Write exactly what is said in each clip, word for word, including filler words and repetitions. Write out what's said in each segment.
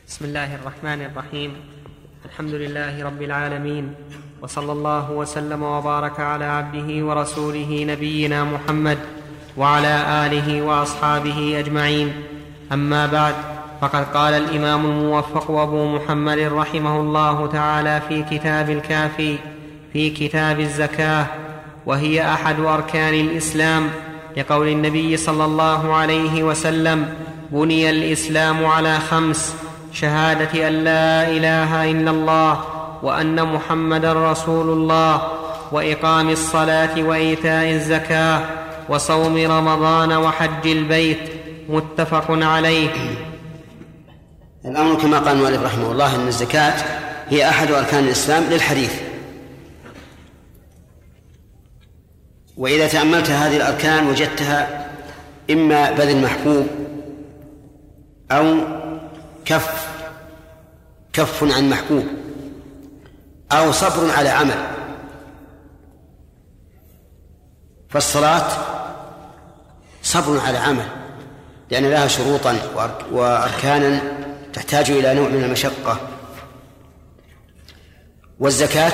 بسم الله الرحمن الرحيم. الحمد لله رب العالمين، وصلى الله وسلم وبارك على عبده ورسوله نبينا محمد وعلى آله وأصحابه أجمعين. أما بعد، فقد قال الإمام الموفق أبو محمد رحمه الله تعالى في كتاب الكافي في كتاب الزكاة: وهي أحد أركان الإسلام، لقول النبي صلى الله عليه وسلم: بني الإسلام على خمس: شهادة أن لا إله إلا الله وأن محمدا رسول الله، وإقام الصلاة وإيتاء الزكاة، وصوم رمضان وحج البيت. متفق عليه. الأمر كما قال المؤلف رحمه الله أن الزكاة هي أحد أركان الإسلام للحديث. وإذا تأملت هذه الأركان وجدتها إما بذل محبوب أو كف كف عن محبوب أو صبر على عمل. فالصلاة صبر على عمل، لأن لها شروطا وأركانا تحتاج إلى نوع من المشقة. والزكاة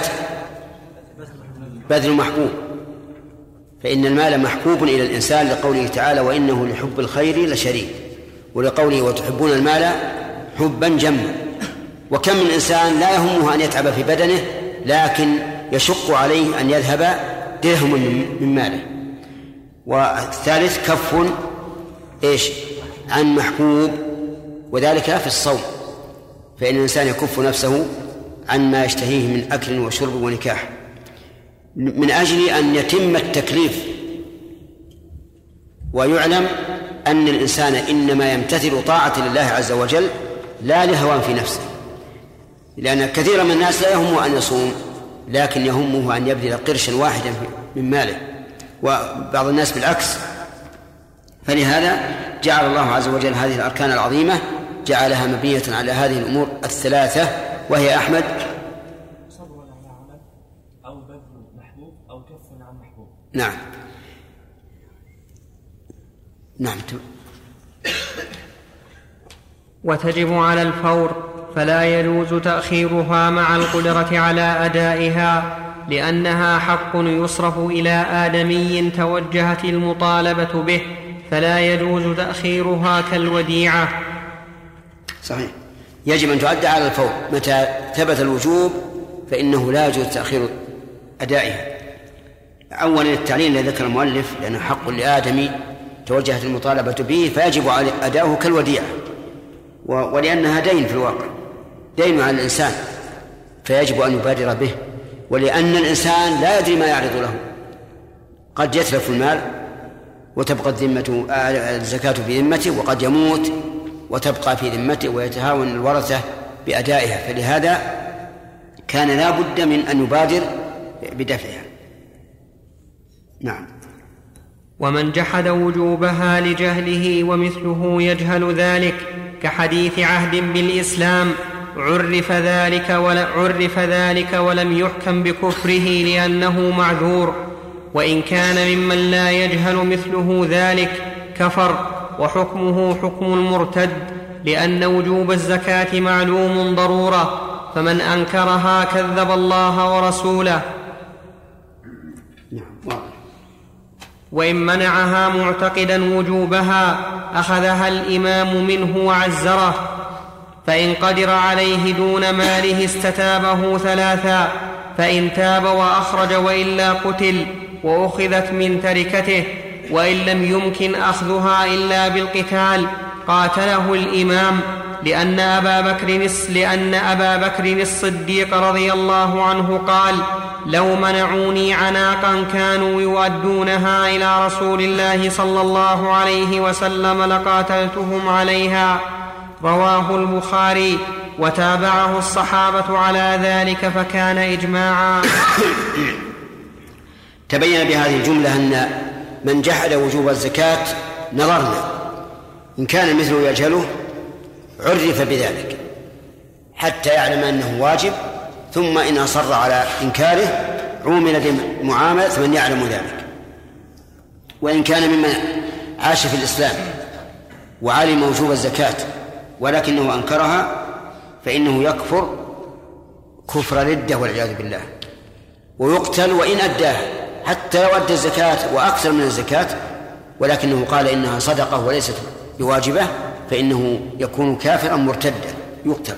بذل محبوب، فإن المال محبوب إلى الإنسان، لقوله تعالى: وإنه لحب الخير لشديد، ولقوله: وتحبون المال حبا جما. وكم من إنسان لا يهمه أن يتعب في بدنه، لكن يشق عليه أن يذهب درهم من ماله. والثالث كف إيش عن محبوب، وذلك في الصوم، فإن الإنسان يكف نفسه عن ما يشتهيه من أكل وشرب ونكاح، من أجل أن يتم التكليف ويعلم أن الإنسان إنما يمتثل طاعة لله عز وجل لا لهوان في نفسه. لأن كثيرا من الناس لا يهمه أن يصوم، لكن يهمه أن يبذل قرشا واحدا من ماله، وبعض الناس بالعكس. فلهذا جعل الله عز وجل هذه الأركان العظيمة جعلها مبنية على هذه الأمور الثلاثة، وهي أحمد: صبر على عمل، أو بذل محبوب، أو كف عن محبوب. نعم نعم. وتجب على الفور، فلا يجوز تأخيرها مع القدرة على أدائها، لأنها حق يصرف إلى آدمي توجهت المطالبة به، فلا يجوز تأخيرها كالوديعة. صحيح، يجب أن تؤدى على الفور. متى ثبت الوجوب فإنه لا يجوز تأخير أدائها. أولا التعليل الذي ذكر المؤلف، لأنه حق لآدمي توجهت المطالبة به، فيجب على أداؤه كالوديعة، ولأنها دين في الواقع، دين على الإنسان، فيجب أن يبادر به. ولأن الإنسان لا يدري ما يعرض له، قد يتلف المال وتبقى الذمة الزكاة في ذمته، وقد يموت وتبقى في ذمته، ويتهاون الورثة بأدائها. فلهذا كان لا بد من أن يبادر بدفعها. نعم. ومن جحد وجوبها لجهله ومثله يجهل ذلك، كحديث عهد بالإسلام، عرف ذلك, ولا عرف ذلك ولم يحكم بكفره لأنه معذور. وإن كان ممن لا يجهل مثله ذلك كفر، وحكمه حكم المرتد، لأن وجوب الزكاة معلوم ضرورة، فمن أنكرها كذب الله ورسوله. وإن منعها معتقدا وجوبها أخذها الإمام منه وعزره، فإن قدر عليه دون ماله استتابه ثلاثا: فإن تاب وأخرج وإلا قتل، وأخذت من تركته، وإن لم يمكن أخذها إلا بالقتال قاتله الإمام، لأن أبا بكر لأن أبا بكر الصديق رضي الله عنه قال: لو منعوني عناقا كانوا يؤدونها إلى رسول الله صلى الله عليه وسلم لقاتلتهم عليها. رواه البخاري، وتابعه الصحابة على ذلك، فكان إجماعا. تبين بهذه الجملة أن من جحد وجوب الزكاة نظرنا، إن كان مثله يجهله عرف بذلك حتى يعلم أنه واجب، ثم إن أصر على إنكاره عومل بمعاملة من يعلم ذلك. وإن كان ممن عاش في الإسلام وعلم وجوب الزكاة ولكنه أنكرها فإنه يكفر كفر ردة والعياذ بالله، ويقتل وإن أداه، حتى لو أدى الزكاة وأكثر من الزكاة ولكنه قال إنها صدقة وليست بواجبة فإنه يكون كافرا مرتدا يقتل.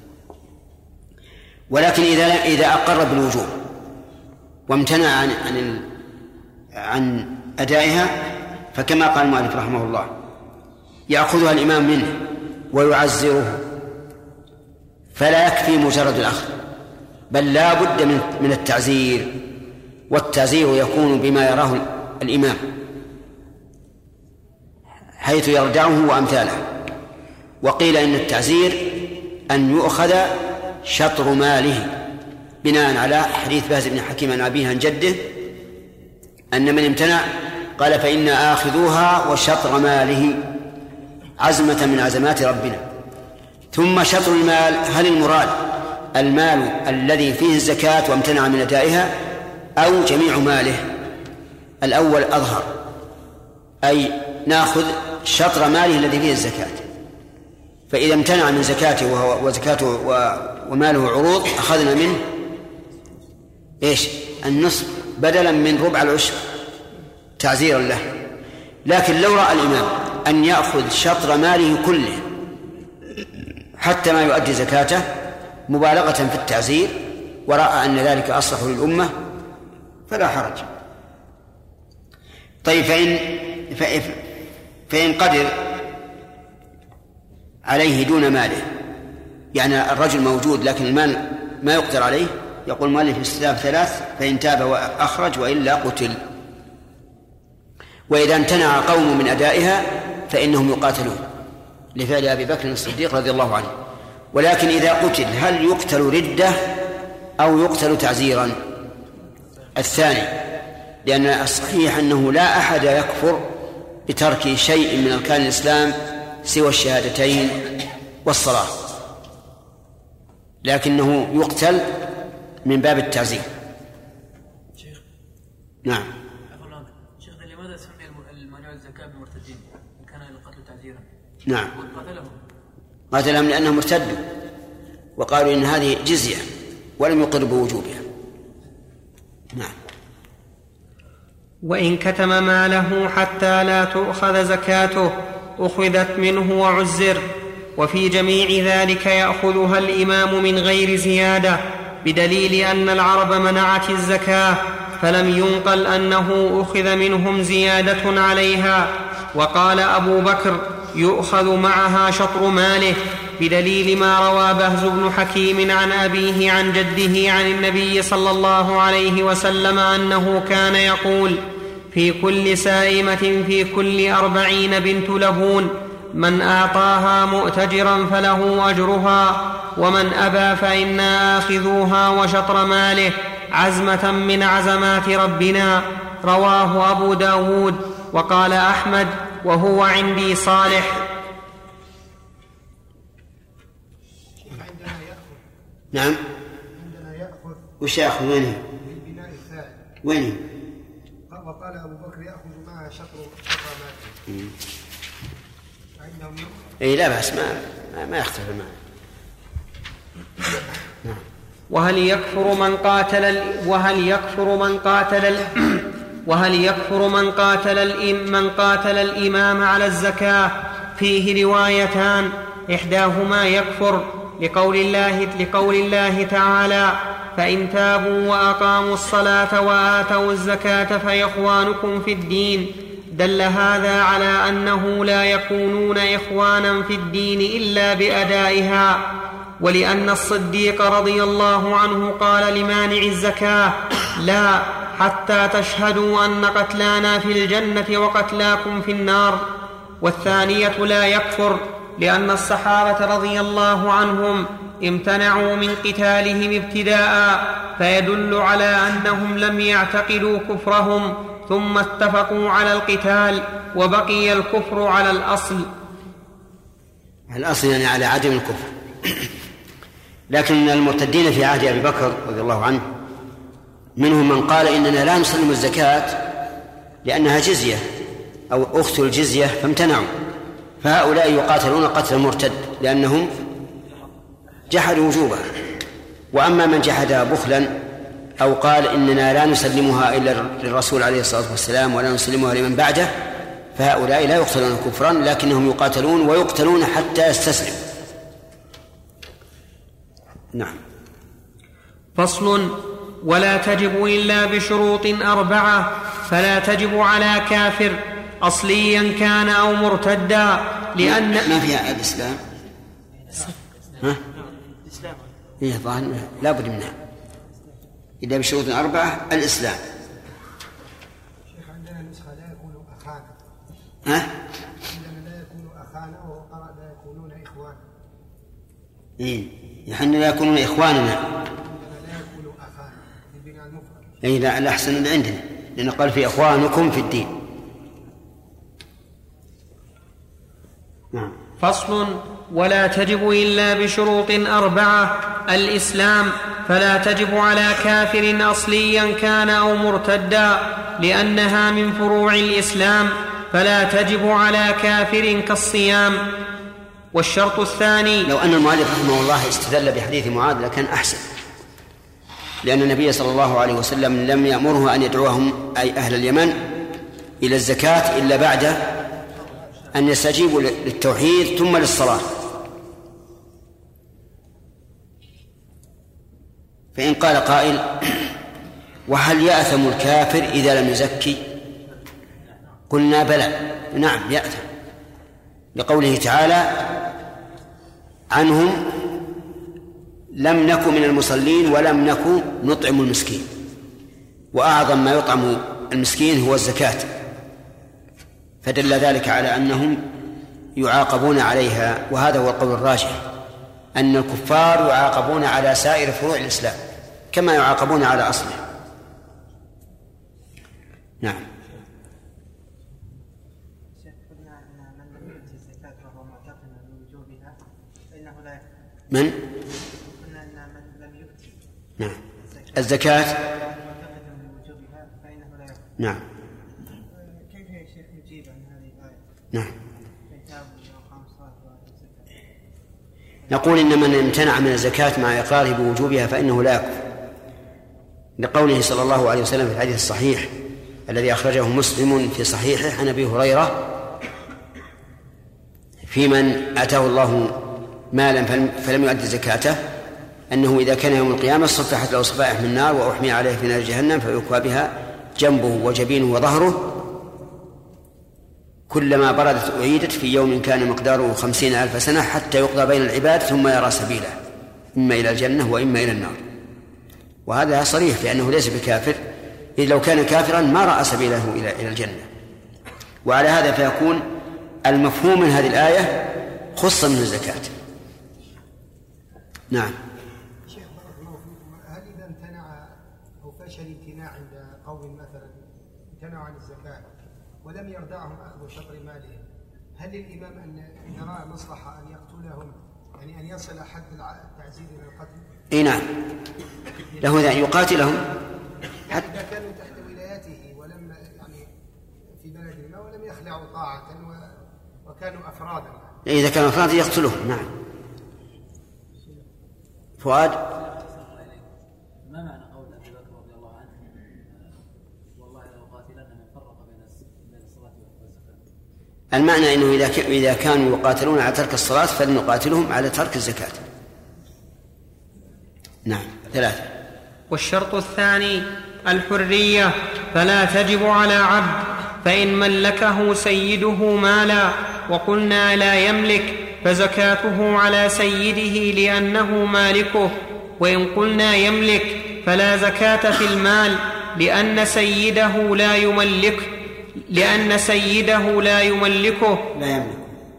ولكن إذا إذا أقر بالوجوب وامتنع عن عن عن أدائها فكما قال المؤلف رحمه الله يأخذها الإمام منه ويعزره، فلا يكفي مجرد الأخذ، بل لا بد من من التعزير، والتعزير يكون بما يراه الإمام حيث يردعه وأمثاله. وقيل إن التعزير أن يؤخذ شطر ماله بناء على حديث باز بن حكيم عن أبيه عن جده أن من امتنع قال فإن آخذوها وشطر ماله عزمة من عزمات ربنا. ثم شطر المال، هل المراد المال الذي فيه الزكاة وامتنع من أدائها أو جميع ماله؟ الأول أظهر، أي نأخذ شطر ماله الذي فيه الزكاة، فإذا امتنع من زكاته وهو وزكاته وماله عروض أخذنا منه إيش؟ النصف بدلا من ربع العشر تعزيرا له. لكن لو رأى الإمام أن يأخذ شطر ماله كله حتى ما يؤدي زكاته مبالغة في التعزير ورأى أن ذلك أصلح للأمة فلا حرج. طيب فإن, فإن قدر عليه دون ماله، يعني الرجل موجود لكن المال ما يقدر عليه، يقول مؤلف الاستتاب ثلاث: فإن تاب وأخرج وإلا قتل. وإذا امتنع قوم من أدائها فإنهم يقاتلون لفعل أبي بكر الصديق رضي الله عنه. ولكن إذا قتل هل يقتل ردة أو يقتل تعزيرا؟ الثاني، لأن الصحيح أنه لا أحد يكفر بترك شيء من أركان الإسلام سوى الشهادتين والصلاة، لكنه يقتل من باب التعزير. شيخ. نعم. شيخ لماذا سمي المانع الزكاة بمرتدين؟ كان القتل تعزيرا. نعم. قتلهم. قتلهم لأنهم ارتدوا وقالوا إن هذه جزية ولم يقر بوجوبها. نعم. وإن كتم ماله حتى لا تؤخذ زكاته أخذت منه وعزر، وفي جميع ذلك يأخذها الإمام من غير زيادة، بدليل أن العرب منعت الزكاة فلم ينقل أنه أخذ منهم زيادة عليها. وقال أبو بكر يؤخذ معها شطر ماله، بدليل ما روى بهز بن حكيم عن أبيه عن جده عن النبي صلى الله عليه وسلم أنه كان يقول: في كل سائمة في كل أربعين بنت لبون، من أعطاها مؤتجرا فله أجرها، ومن أبى فإنا آخذوها وشطر ماله عزمة من عزمات ربنا. رواه أبو داود. وقال أحمد وهو عندي صالح. نعم. عندنا يأخذ. وش يأخذ وينه؟ بالبناء الثاني. وينه؟ وقال أبو بكر يأخذ معها شطر شطر ماله. عندهم يأخذ. إيه لا بأس، ما ما يختلف المعنى. نعم. وهل يكفر من قاتل وهل يكفر من قاتل وهل يكفر من قاتل من قاتل الإمام على الزكاة؟ فيه روايتان، إحداهما يكفر لقول الله, لقول الله تعالى: فإن تابوا وأقاموا الصلاة وآتوا الزكاة فإخوانكم في الدين. دل هذا على أنه لا يكونون إخوانا في الدين إلا بأدائها. ولأن الصديق رضي الله عنه قال لمانع الزكاة: لا، حتى تشهدوا أن قتلانا في الجنة وقتلاكم في النار. والثانية لا يكفر لأن الصحابة رضي الله عنهم امتنعوا من قتالهم ابتداء، فيدل على أنهم لم يعتقدوا كفرهم ثم اتفقوا على القتال، وبقي الكفر على الأصل. الأصل يعني على عدم الكفر. لكن المرتدين في عهد أبي بكر رضي الله عنه منهم من قال إننا لا نسلم الزكاة لأنها جزية أو أخت الجزية فامتنعوا، فهؤلاء يقاتلون قتل مرتد لأنهم جحد وجوبها. وأما من جحدها بخلا أو قال إننا لا نسلمها إلا للرسول عليه الصلاة والسلام ولا نسلمها لمن بعده فهؤلاء لا يقتلون كفرا لكنهم يقاتلون ويقتلون حتى يستسلموا. نعم. فصل: ولا تجب إلا بشروط أربعة، فلا تجب على كافر أصليا كان أو مرتدا، لأن ما فيها الإسلام. ها؟ إيه ظاهر لا بد منها إلا بشروط أربعة. الإسلام. شيخ عندنا نسخة لا يكون أخانا. ها؟ عندنا لا يكون أخانا وقرأ لا يكونون إخوانا. إيه نحن لا يكونون إخواننا. عندنا لا يكون أخانا في بناء المفرد. إيه لا الأحسن اللي عندنا لأنه قال في إخوانكم في الدين. نعم. فصل: ولا تجب إلا بشروط أربعة: الإسلام، فلا تجب على كافر أصليا كان أو مرتدا لأنها من فروع الإسلام، فلا تجب على كافر كالصيام. والشرط الثاني: لو أن المؤلف رحمه الله استدل بحديث معاذ لكان أحسن، لأن النبي صلى الله عليه وسلم لم يأمره أن يدعوهم أي أهل اليمن إلى الزكاة إلا بعد أن يستجيبوا للتوحيد ثم للصلاة. فإن قال قائل: وهل يأثم الكافر إذا لم يزكي؟ قلنا بلى، نعم يأثم، لقوله تعالى عنهم: لم نكن من المصلين ولم نكن نطعم المسكين. وأعظم ما يطعم المسكين هو الزكاة، فدل ذلك على أنهم يعاقبون عليها. وهذا هو القول الراجح، أن الكفار يعاقبون على سائر فروع الإسلام كما يعاقبون على أصله. نعم. قلنا أن من لم يؤتي الزكاة وهو معتقد بوجوبها فإنه لا يكفر. من؟ قلنا أن من لم يؤتي نعم الزكاة معتقد بوجوبها فإنه لا يكفر. نعم. كيف يا شيخ يجيب عن هذه الآية؟ نعم. كتاب نقول إن من امتنع من الزكاة مع إقراره بوجوبها فإنه لا يكفر، لقوله صلى الله عليه وسلم في الحديث الصحيح الذي أخرجه مسلم في صحيحه عن أبي هريرة في من آتاه الله مالا فلم يؤدي زكاته أنه إذا كان يوم القيامة صفحت له صفائح من نار وأحمي عليه في نار جهنم فيكوى بها جنبه وجبينه وظهره كلما بردت أعيدت في يوم كان مقداره خمسين ألف سنة حتى يقضى بين العباد ثم يرى سبيله إما إلى الجنة وإما إلى النار. وهذا صريح في أنه ليس بكافر، إذ لو كان كافرا ما رأى سبيله إلى الجنة. وعلى هذا فيكون المفهوم من هذه الآية خص من الزكاة. نعم. شيخ بارك الله فيكم، هل إذا امتنع أو فشل امتناع عند قوم مثلا امتنعوا عن الزكاة ولم يردعهم أخذ شطر مالهم، هل للإمام أن إذا رأى مصلحة أن يقتلهم، يعني أن يصل حد التعزير إلى القتل؟ إيه نعم، له أن يقاتلهم حتى إذا كانوا تحت ولايته ولم يعني في بلد ما ولم يخلعوا طاعة وكانوا أفرادا. إذا كانوا أفرادا يقتلهم. نعم. فؤاد. ما معنى قول أبي بكر رضي الله عنه والله لو قاتلن من فرق بين الصلاة والزكاة؟ المعنى أنه إذا إذا كانوا يقاتلون على ترك الصلاة فلنقاتلهم على ترك الزكاة. نعم. ثلاثة. والشرط الثاني الحرية، فلا تجب على عبد، فإن ملكه سيده مالا وقلنا لا يملك فزكاته على سيده لأنه مالكه، وإن قلنا يملك فلا زكاة في المال لأن سيده لا يملك لأن سيده لا يملكه لا يملك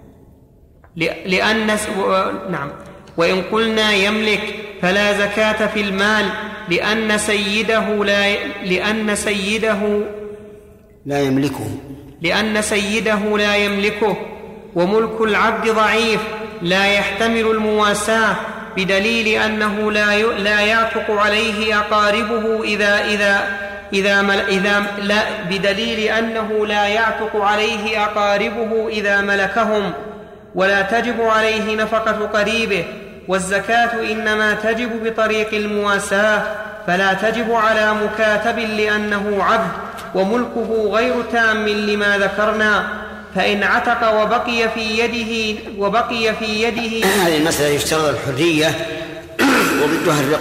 لأن نعم وإن قلنا يملك فلا زكاة في المال لأن سيده لا لأن سيده لا يملكه لأن سيده لا يملكه وملك العبد ضعيف لا يحتمل المواساة بدليل أنه لا لا يعتق عليه أقاربه إذا إذا إذا مل إذا لا بدليل أنه لا يعتق عليه أقاربه إذا ملكهم، ولا تجب عليه نفقة قريبه والزكاة إنما تجب بطريق المواساة، فلا تجب على مكاتب لأنه عبد وملكه غير تام لما ذكرنا. فإن عتق وبقي في يده وبقي في يده هذه المسألة يشترط الحرية وضدها الرق،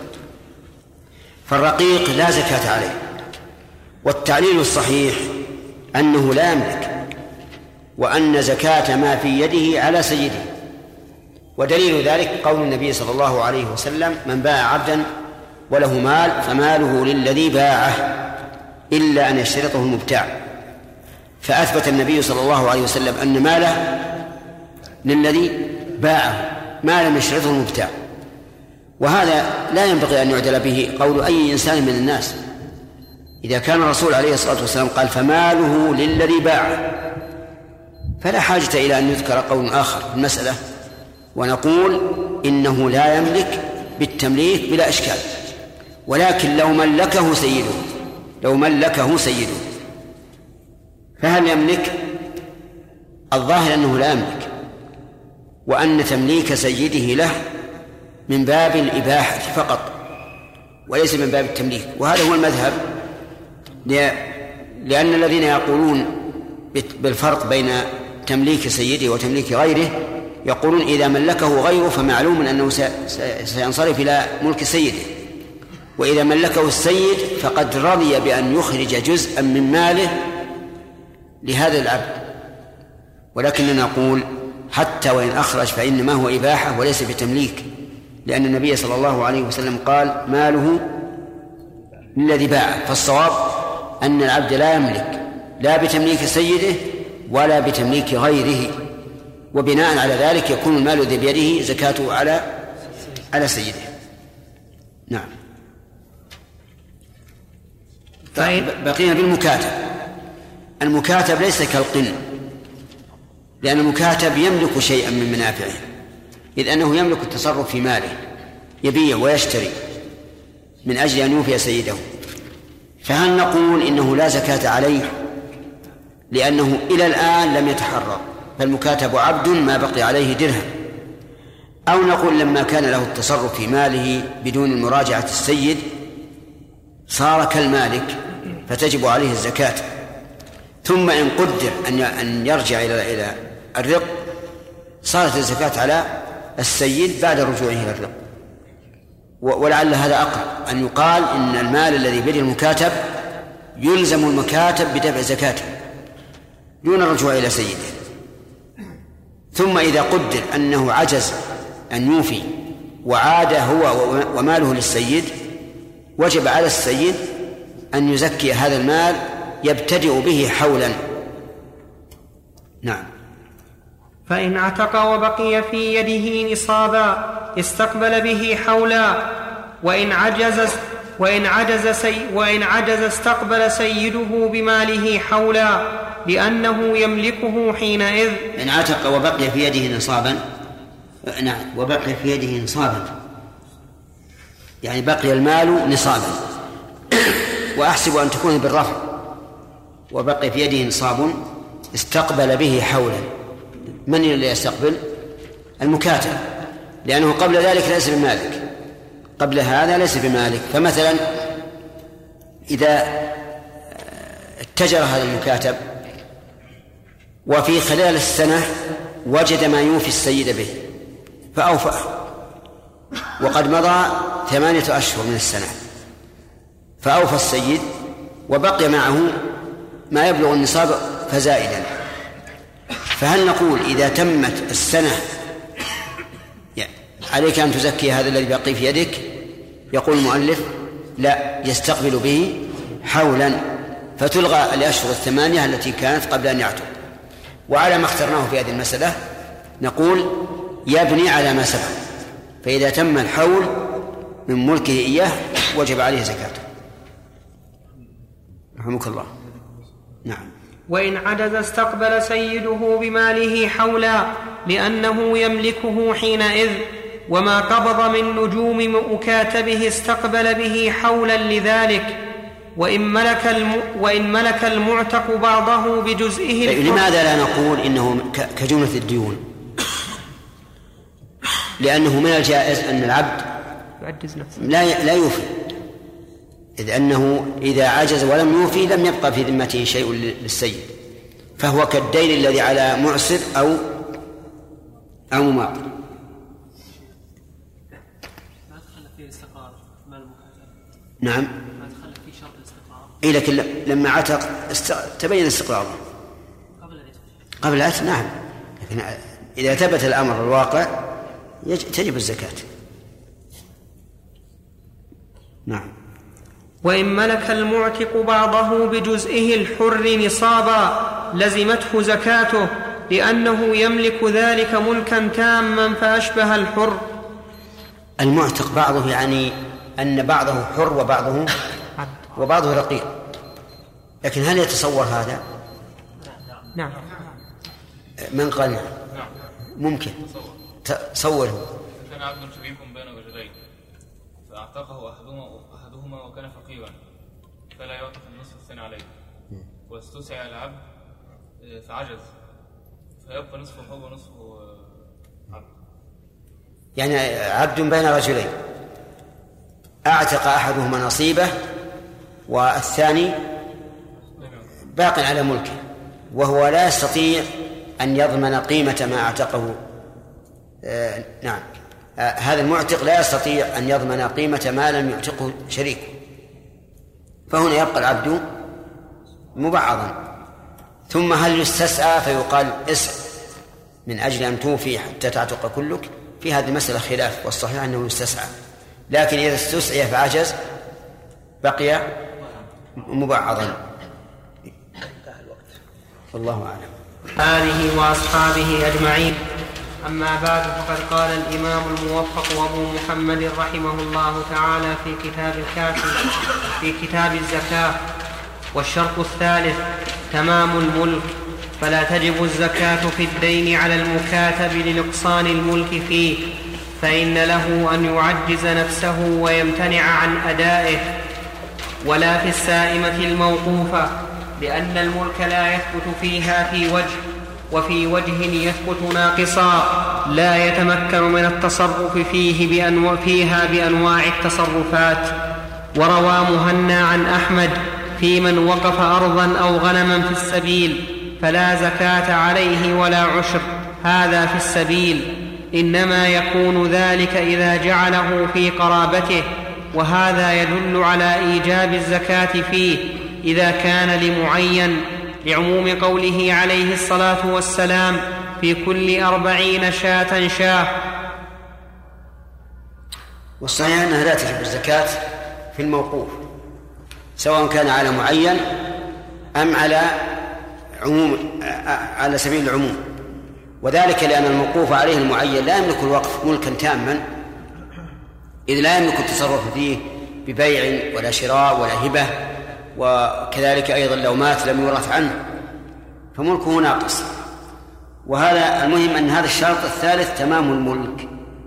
فالرقيق لا زكاة عليه. والتعليل الصحيح أنه لا يملك، وأن زكاة ما في يده على سيده. ودليل ذلك قول النبي صلى الله عليه وسلم: من باع عبدا وله مال فماله للذي باعه إلا أن يشترطه المبتاع. فأثبت النبي صلى الله عليه وسلم أن ماله للذي باعه ما لم يشترطه المبتاع، وهذا لا ينبغي أن يعدل به قول أي إنسان من الناس. إذا كان الرسول عليه الصلاة والسلام قال فماله للذي باعه، فلا حاجة إلى أن يذكر قول آخر في المسألة، ونقول إنه لا يملك بالتمليك بلا إشكال. ولكن لو ملكه سيده لو ملكه سيده فهل يملك؟ الظاهر أنه لا يملك، وأن تمليك سيده له من باب الإباحة فقط وليس من باب التمليك. وهذا هو المذهب، لأن الذين يقولون بالفرق بين تمليك سيده وتمليك غيره يقولون إذا ملكه غيره فمعلوم أنه سينصرف إلى ملك سيده، وإذا ملكه السيد فقد رضي بأن يخرج جزءا من ماله لهذا العبد. ولكننا نقول حتى وإن أخرج فإنما هو إباحة وليس بتمليك، لأن النبي صلى الله عليه وسلم قال ماله للذي باعه. فالصواب أن العبد لا يملك لا بتمليك سيده ولا بتمليك غيره، وبناء على ذلك يكون المال الذي بيده زكاته على على سيده. نعم. بقينا بالمكاتب. المكاتب ليس كالقن، لأن المكاتب يملك شيئا من منافعه، إذ أنه يملك التصرف في ماله، يبيع ويشتري من أجل أن يوفي سيده. فهل نقول إنه لا زكاة عليه لأنه إلى الآن لم يتحرر، فالمكاتب عبد ما بقي عليه درهم، أو نقول لما كان له التصرف في ماله بدون مراجعة السيد صار كالمالك فتجب عليه الزكاة، ثم إن قدر أن يرجع إلى إلى الرق صارت الزكاة على السيد بعد رجوعه إلى الرق. ولعل هذا أقرب أن يقال إن المال الذي بيد المكاتب يلزم المكاتب بدفع زكاته دون الرجوع إلى سيده. ثم إذا قدر أنه عجز أن يوفي وعاد هو وماله للسيد وجب على السيد أن يزكي هذا المال يبتدئ به حولا. نعم. فإن عتق وبقي في يده نصابا استقبل به حولا، وإن عجز وإن عجز سي وإن عجز استقبل سيده بماله حولا لأنه يملكه حينئذ. إن عتق وبقي في يده نصابا، نعم، وبقي في يده نصابا يعني بقي المال نصابا، وأحسب أن تكون بالرفع، وبقي في يده نصاب استقبل به حولا. من اللي يستقبل؟ المكاتب، لأنه قبل ذلك ليس بمالك، قبل هذا ليس بمالك. فمثلا إذا اتجر هذا المكاتب وفي خلال السنة وجد ما يوفي السيد به فأوفى، وقد مضى ثمانية أشهر من السنة فأوفى السيد وبقي معه ما يبلغ النصاب فزائدا، فهل نقول إذا تمت السنة يعني عليك أن تزكي هذا الذي بقي في يدك؟ يقول المؤلف لا، يستقبل به حولا فتلغى الأشهر الثمانية التي كانت قبل أن يعتق. وعلى ما اخترناه في هذه المسألة نقول يبني على ما سبق، فإذا تم الحول من ملكه إياه وجب عليه زكاته. رحمك الله. نعم. وإن عجز استقبل سيده بماله حولا لأنه يملكه حينئذ، وما قبض من نجوم مكاتبه استقبل به حولا لذلك. وإن ملك, الم... وإن ملك المعتق بعضه بجزئه لماذا لا نقول إنه كجملة الديون؟ لأنه من الجائز أن العبد يعجز نفسه لا لا يوفي، إذ أنه إذا عجز ولم يوفي لم يبقى في ذمته شيء للسيد، فهو كالدين الذي على معسر أو أو مماطل. ما دخل فيه الاستقرار مال المحاجة. نعم. ما دخل فيه شرط الاستقرار. إيه لكن لما عتق است... تبين استقراره قبل العتق. قبل العتق نعم، لكن إذا ثبت الأمر الواقع يج... تجب الزكاة. نعم. وإن ملك المعتق بعضه بجزئه الحر نصابا لزمته زكاته، لأنه يملك ذلك ملكا تاما فأشبه الحر. المعتق بعضه يعني أن بعضه حر وبعضه وبعضه رقيق، لكن هل يتصور هذا؟ نعم. من قال نعم؟ ممكن تصوره. كان عبد شريك بين رجلين فاعتقه أحدهما أحدهما وكان فقيرا فلا يعتق النصف الثاني عليه، واستسعى العبد فعجز فيبقى نصفه هو ونصفه عبد. يعني عبد بين رجلين أعتق أحدهما نصيبه والثاني باق على ملكه، وهو لا يستطيع أن يضمن قيمة ما أعتقه. آه نعم آه هذا المعتق لا يستطيع أن يضمن قيمة ما لم يعتقه شريكه، فهنا يبقى العبد مبعضا. ثم هل يستسعى فيقال اسع من أجل أن توفي حتى تعتق كلك؟ في هذه المسألة خلاف، والصحيح أنه يستسعى، لكن إذا استسعي فعجز بقي مبعضا. والله أعلم. آله وأصحابه أجمعين. أما بعد، فقد قال الإمام الموفق أبو محمد رحمه الله تعالى في كتاب الكافي في كتاب الزكاة: والشرط الثالث تمام الملك، فلا تجب الزكاة في الدين على المكاتب لنقصان الملك فيه، فإن له أن يعجز نفسه ويمتنع عن أدائه، ولا في السائمة الموقوفة، لأن الملك لا يثبت فيها في وجه، وفي وجه يثبت ناقصا لا يتمكن من التصرف فيه بأنواع فيها بأنواع التصرفات. وروى مهنا عن أحمد في من وقف أرضا أو غنما في السبيل فلا زكاة عليه ولا عشر، هذا في السبيل، إنما يكون ذلك إذا جعله في قرابته، وهذا يدل على إيجاب الزكاة فيه إذا كان لمعين، لعموم قوله عليه الصلاة والسلام: في كل أربعين شاة شاه. والصحيح أنها لا تجب الزكاة في الموقوف، سواء كان على معين أم على عموم، على سبيل العموم، وذلك لأن الموقوف عليه المعين لا يملك الوقف ملكا تاما، إذ لا يملك التصرف فيه ببيع ولا شراء ولا هبة، وكذلك أيضا لو مات لم يورث عنه فملكه ناقص. وهذا المهم أن هذا الشرط الثالث تمام الملك.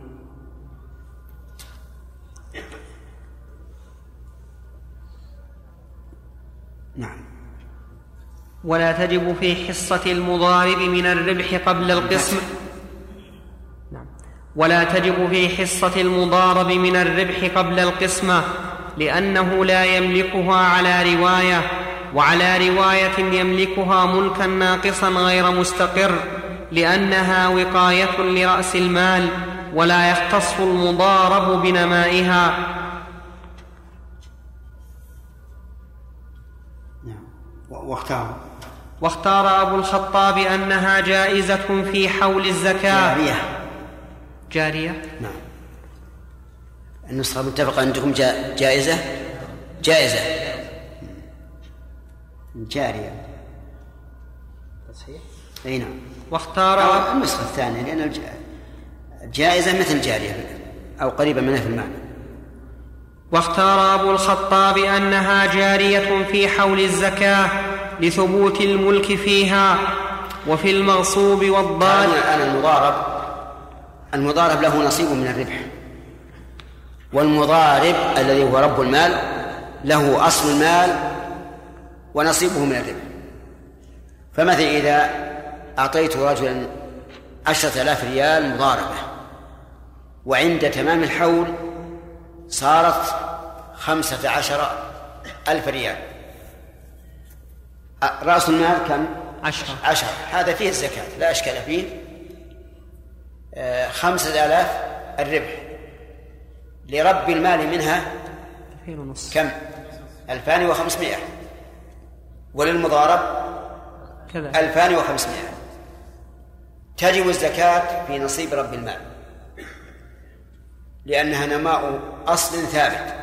نعم. ولا تجب في حصة المضارب من الربح قبل القسم نعم. ولا تجب في حصة المضارب من الربح قبل القسمة، لأنه لا يملكها على رواية، وعلى رواية يملكها ملكا ناقصا غير مستقر، لأنها وقاية لرأس المال، ولا يختص المضارب بنمائها. واختار واختار أبو الخطاب أنها جائزة في حول الزكاة. جارية. جارية نعم. النسخة متفق عندكم جائزة جائزة جارية تصحيح؟ أي نعم. واختار النسخة الثانية لأن الجائزة مثل جارية أو قريبا منها في المعنى. واختار أبو الخطاب أنها جارية في حول الزكاة لثبوت الملك فيها. وفي المغصوب والضال الآن المضارب المضارب له نصيب من الربح، والمضارب الذي هو رب المال له أصل المال ونصيبه من الربح. فمثلا إذا أعطيت رجلا عشرة آلاف ريال مضاربة وعند تمام الحول صارت خمسة عشر ألف ريال. رأس المال كم؟ عشرة عشر. هذا فيه الزكاة لا أشكال فيه. خمسة آلاف الربح، لرب المال منها كم؟ ألفان وخمسمائة، وللمضارب ألفان وخمسمائة. تجب الزكاة في نصيب رب المال لأنها نماء أصل ثابت.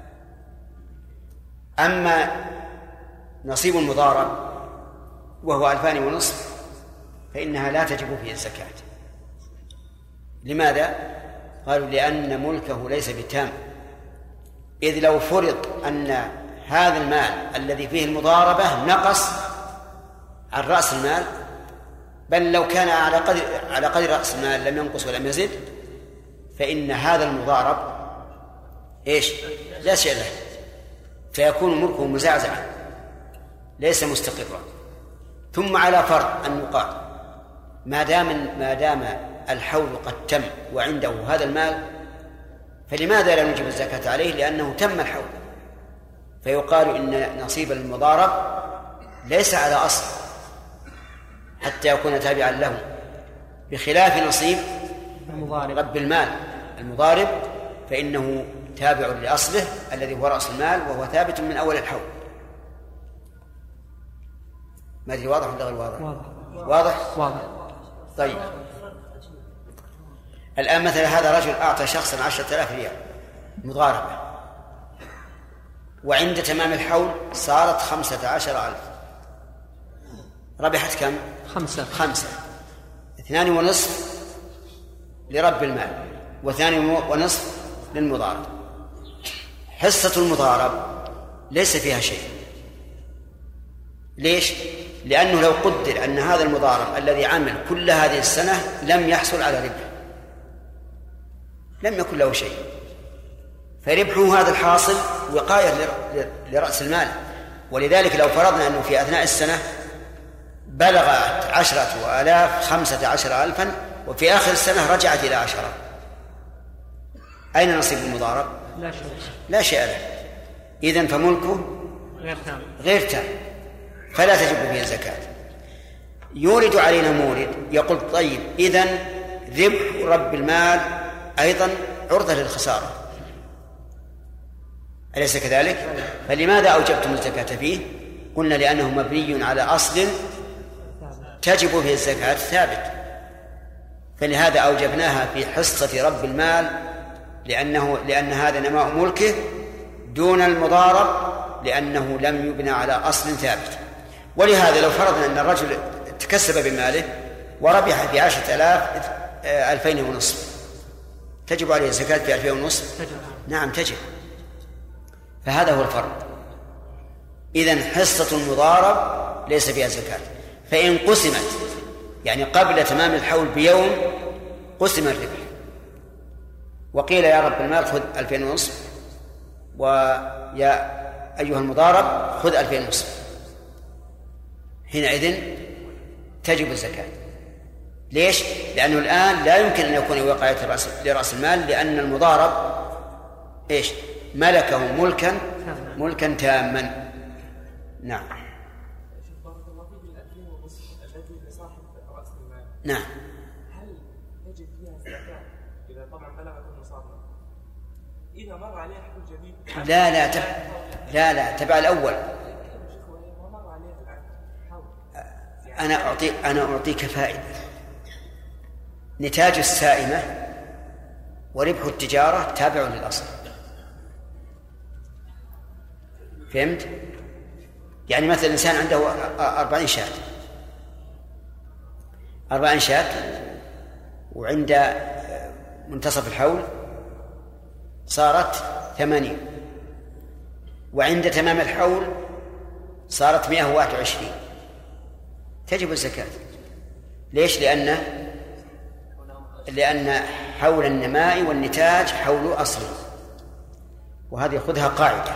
أما نصيب المضارب وهو ألفان ونصف فإنها لا تجب فيه الزكاة. لماذا؟ قالوا لأن ملكه ليس بتام، إذ لو فرض أن هذا المال الذي فيه المضاربة نقص عن رأس المال، بل لو كان على قدر على قدر رأس المال لم ينقص ولم يزد، فإن هذا المضارب إيش؟ لا شيء له، فيكون ملكه مزعزعا ليس مستقرا. ثم على فرض أن يقال ما دام ما دام الحول قد تم وعنده هذا المال، فلماذا لا نجب الزكاة عليه؟ لأنه تم الحول. فيقال إن نصيب المضارب ليس على أصل حتى يكون تابعا له، بخلاف نصيب رب المال المضارب فإنه تابع لأصله الذي هو رأس المال وهو ثابت من أول الحول. ما أدري واضح ولا غير واضح؟ واضح واضح؟ واضح. طيب الآن مثلا هذا رجل أعطى شخصا عشرة آلاف ريال مضاربة، وعند تمام الحول صارت خمسة عشر ألف، ربحت كم؟ خمسة خمسة. اثنان ونصف لرب المال واثنان ونصف للمضارب. حصة المضارب ليس فيها شيء. ليش؟ لأنه لو قدر أن هذا المضارب الذي عمل كل هذه السنة لم يحصل على ربح، لم يكن له شيء، فربحه هذا الحاصل وقاية لرأس المال. ولذلك لو فرضنا أنه في أثناء السنة بلغت عشرة آلاف خمسة عشر ألفا وفي آخر السنة رجعت إلى عشرة، أين نصيب المضارب؟ لا شيء لا شيء له. إذن فملكه غير تام غير تام فلا تجب فيه الزكاة. يورد علينا مورد يقول طيب إذن ربح رب المال أيضا عرضة للخسارة، أليس كذلك؟ فلماذا أوجبتم الزكاة فيه؟ قلنا لأنه مبني على أصل تجب فيه الزكاة ثابت، فلهذا أوجبناها في حصة رب المال لأنه لأن هذا نماء ملكه دون المضارب لأنه لم يبنى على أصل ثابت. ولهذا لو فرضنا أن الرجل تكسب بماله وربح في عشرة آلاف ألفين ونصف، تجب عليه الزكاة في ألفين ونصف؟ تجب. نعم تجب. فهذا هو الفرق. إذن حصة المضارب ليس فيها زكاة، فإن قسمت يعني قبل تمام الحول بيوم قسم الربح وقيل يا رب المال خذ ألفين ونصف ويا أيها المضارب خذ ألفين ونصف، حينئذ تجب الزكاة. ليش؟ لأنه الآن لا يمكن أن يكون وقاية لرأس المال لأن المضارب إيش؟ ملكه ملكا ملكا تاما. نعم. نعم. هل يجب فيها الزكاة إذا طبعا بلغت النصاب؟ إذا مر عليها حول جديد لا لا تب... لا لا تبع الأول. أنا أعطي أنا أعطيك فائدة. نتاج السائمة وربح التجارة تابع للأصل. فهمت؟ يعني مثلا الإنسان عنده أربعين شاة أربعين شاة وعند منتصف الحول صارت ثمانين، وعند تمام الحول صارت مئة وواحد وعشرين، تجب الزكاة. ليش؟ لأن لأن حول النماء والنتاج حول أصله، وهذه خذها قاعدة.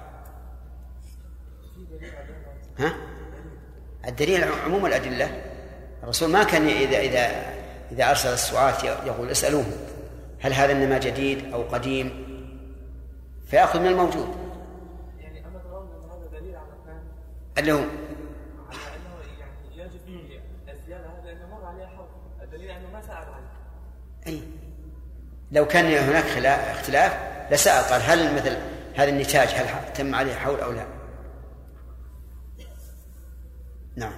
ها؟ الدليل عموم الأدلة. الرسول ما كان إذا إذا إذا أرسل السعاة يقول اسألوه هل هذا إنما جديد أو قديم، فيأخذ من الموجود. يعني أما ترون أن هذا دليل على الثاني اللي هو على أنه يعني يجب فيه الزيادة هذا لأنه مر عليه حول، الدليل أنه ما سأل عنه. أي لو كان هناك اختلاف لسأل قال هل مثل هذا النتاج هل تم عليه حول أو لا. نعم.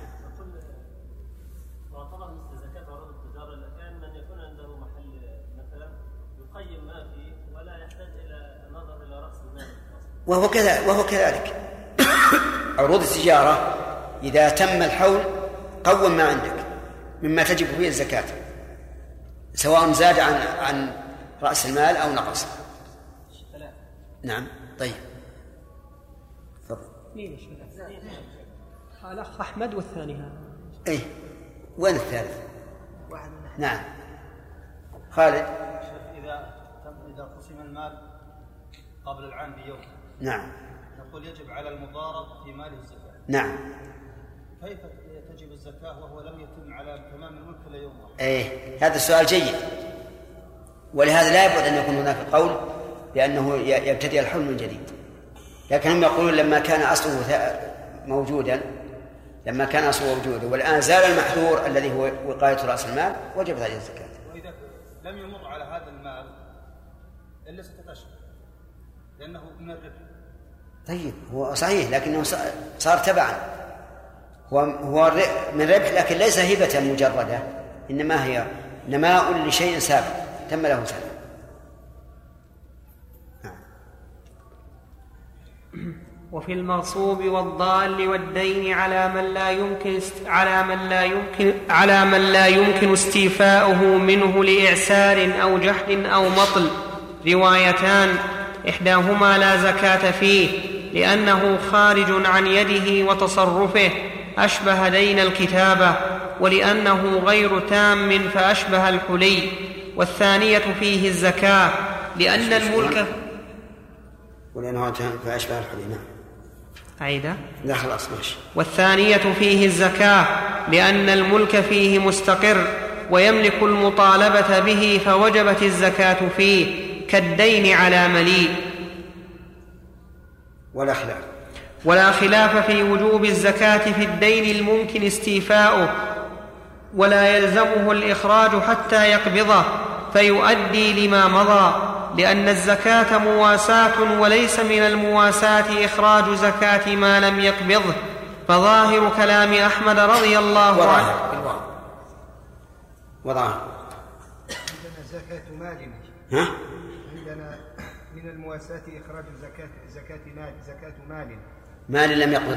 واعتبر مثل زكاة عروض التجارة كان من يكون عنده محل مثلا يقيم ما فيه ولا يحتاج إلى النظر إلى رأس المال. وهو كذا وهو كذلك عروض التجارة إذا تم الحول قوم ما عندك مما تجب فيه الزكاة سواء زاد عن عن رأس المال أو نقص. نعم. طيب مين الأخ أحمد والثاني هذا؟ إيه وين الثالث؟ نعم خالد. إذا إذا قسم المال قبل العام بيوم نعم نقول يجب على المضارب في ماله الزكاة. نعم. كيف تجب الزكاة وهو لم يتم على تمام الملك إلا يوم واحد؟ إيه هذا السؤال جيد، ولهذا لا يبعد أن يكون هناك قول لأنه يبتدئ الحول من جديد، لكن هم يقولون لما كان أصله موجودا لما كان أصله موجودا والآن زال المحذور الذي هو وقاية رأس المال وجبت عليه الزكاة. وإذا لم يمر على هذا المال إلا ستة أشهر لأنه من الربح. طيب هو صحيح لكنه صار تبعا، هو هو من ربح لكن ليس هبة مجردة، إنما هي نماء لشيء سابق تم له سابق. وفي المغصوب والضال والدين على من لا يمكن على من لا يمكن على من لا يمكن استيفاؤه منه لإعسار أو جحد أو مطل روايتان، إحداهما لا زكاة فيه لأنه خارج عن يده وتصرفه أشبه دين الكتابة، ولأنه غير تام فأشبه الحلي، والثانية فيه الزكاة لأن الملك ولأنه فأشبه الحلي. نعم. عيدة؟ لا خلاص ماشي. والثانية فيه الزكاة لأن الملك فيه مستقر ويملك المطالبة به فوجبت الزكاة فيه كالدين على مليء. ولا خلاف ولا خلاف في وجوب الزكاة في الدين الممكن استيفاؤه، ولا يلزمه الإخراج حتى يقبضه فيؤدي لما مضى، لأن الزكاة مواساة وليس من المواساة إخراج زكاة ما لم يقبضه، فظاهر كلام أحمد رضي الله عنه وظاهر عندنا زكاة مال ها؟ عندنا من المواساة إخراج زكاة زكاة مال زكاة مال مال لم يقبض،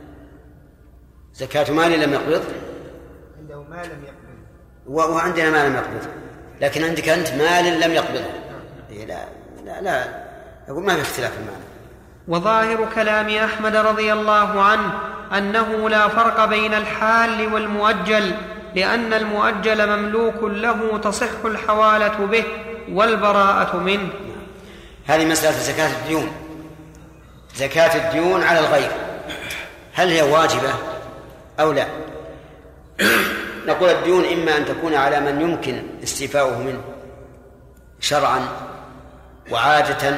زكاة مال لم يقبض، عنده ما لم يقبض وعندنا ما لم يقبض، لكن عندك أنت مال لم يقبضه. لا لا لا أقول ما في اختلاف المعنى. وظاهر كلام أحمد رضي الله عنه أنه لا فرق بين الحال والمؤجل، لأن المؤجل مملوك له تصح الحوالة به والبراءة منه. هذه مسألة زكاة الديون. زكاة الديون على الغير هل هي واجبة أو لا؟ نقول الديون إما أن تكون على من يمكن استيفاؤه منه شرعا وعادة،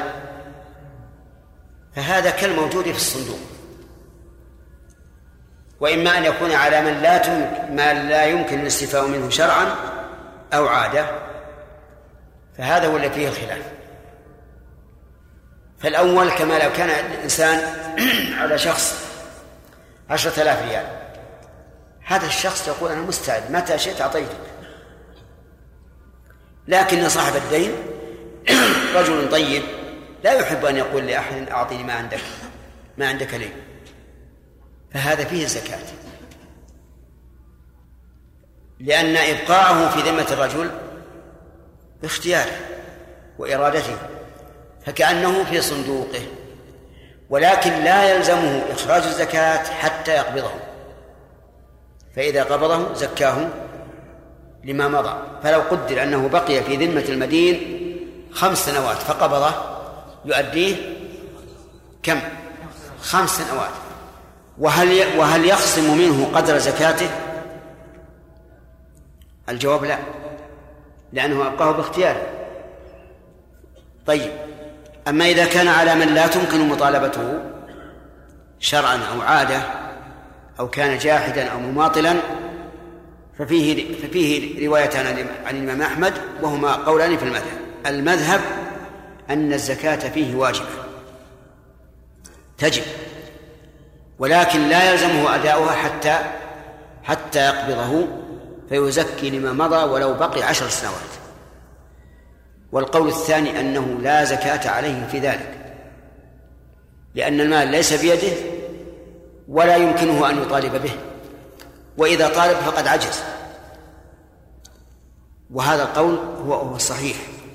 فهذا كالموجود في الصندوق، وإما أن يكون على من لا تمكن ما لا يمكن الاستيفاء منه شرعا أو عادة، فهذا هو الذي فيه الخلاف. فالأول كما لو كان الإنسان على شخص عشرة آلاف ريال، هذا الشخص يقول أنا مستعد متى شئت أعطيتك، لكن صاحب الدين رجل طيب لا يحب أن يقول لأحد أعطيني ما عندك ما عندك لي، فهذا فيه الزكاة، لأن إبقاءه في ذمة الرجل باختياره وإرادته، فكأنه في صندوقه، ولكن لا يلزمه إخراج الزكاة حتى يقبضه، فإذا قبضه زكاه لما مضى. فلو قدر أنه بقي في ذمة المدين خمس سنوات فقبضه يؤديه كم؟ خمس سنوات. وهل وهل يخصم منه قدر زكاته؟ الجواب لا، لأنه أبقاه باختياره. طيب، أما إذا كان على من لا تمكن مطالبته شرعا أو عادة أو كان جاحدا أو مماطلا ففيه, ففيه روايتان عن الإمام أحمد وهما قولان في المذهب. المذهب أن الزكاة فيه واجبة تجب، ولكن لا يلزمه أداؤها حتى حتى يقبضه فيزكي لما مضى ولو بقي عشر سنوات. والقول الثاني أنه لا زكاة عليه في ذلك، لأن المال ليس بيده ولا يمكنه أن يطالب به، وإذا طالب فقد عجز. وهذا القول هو هو الصحيح،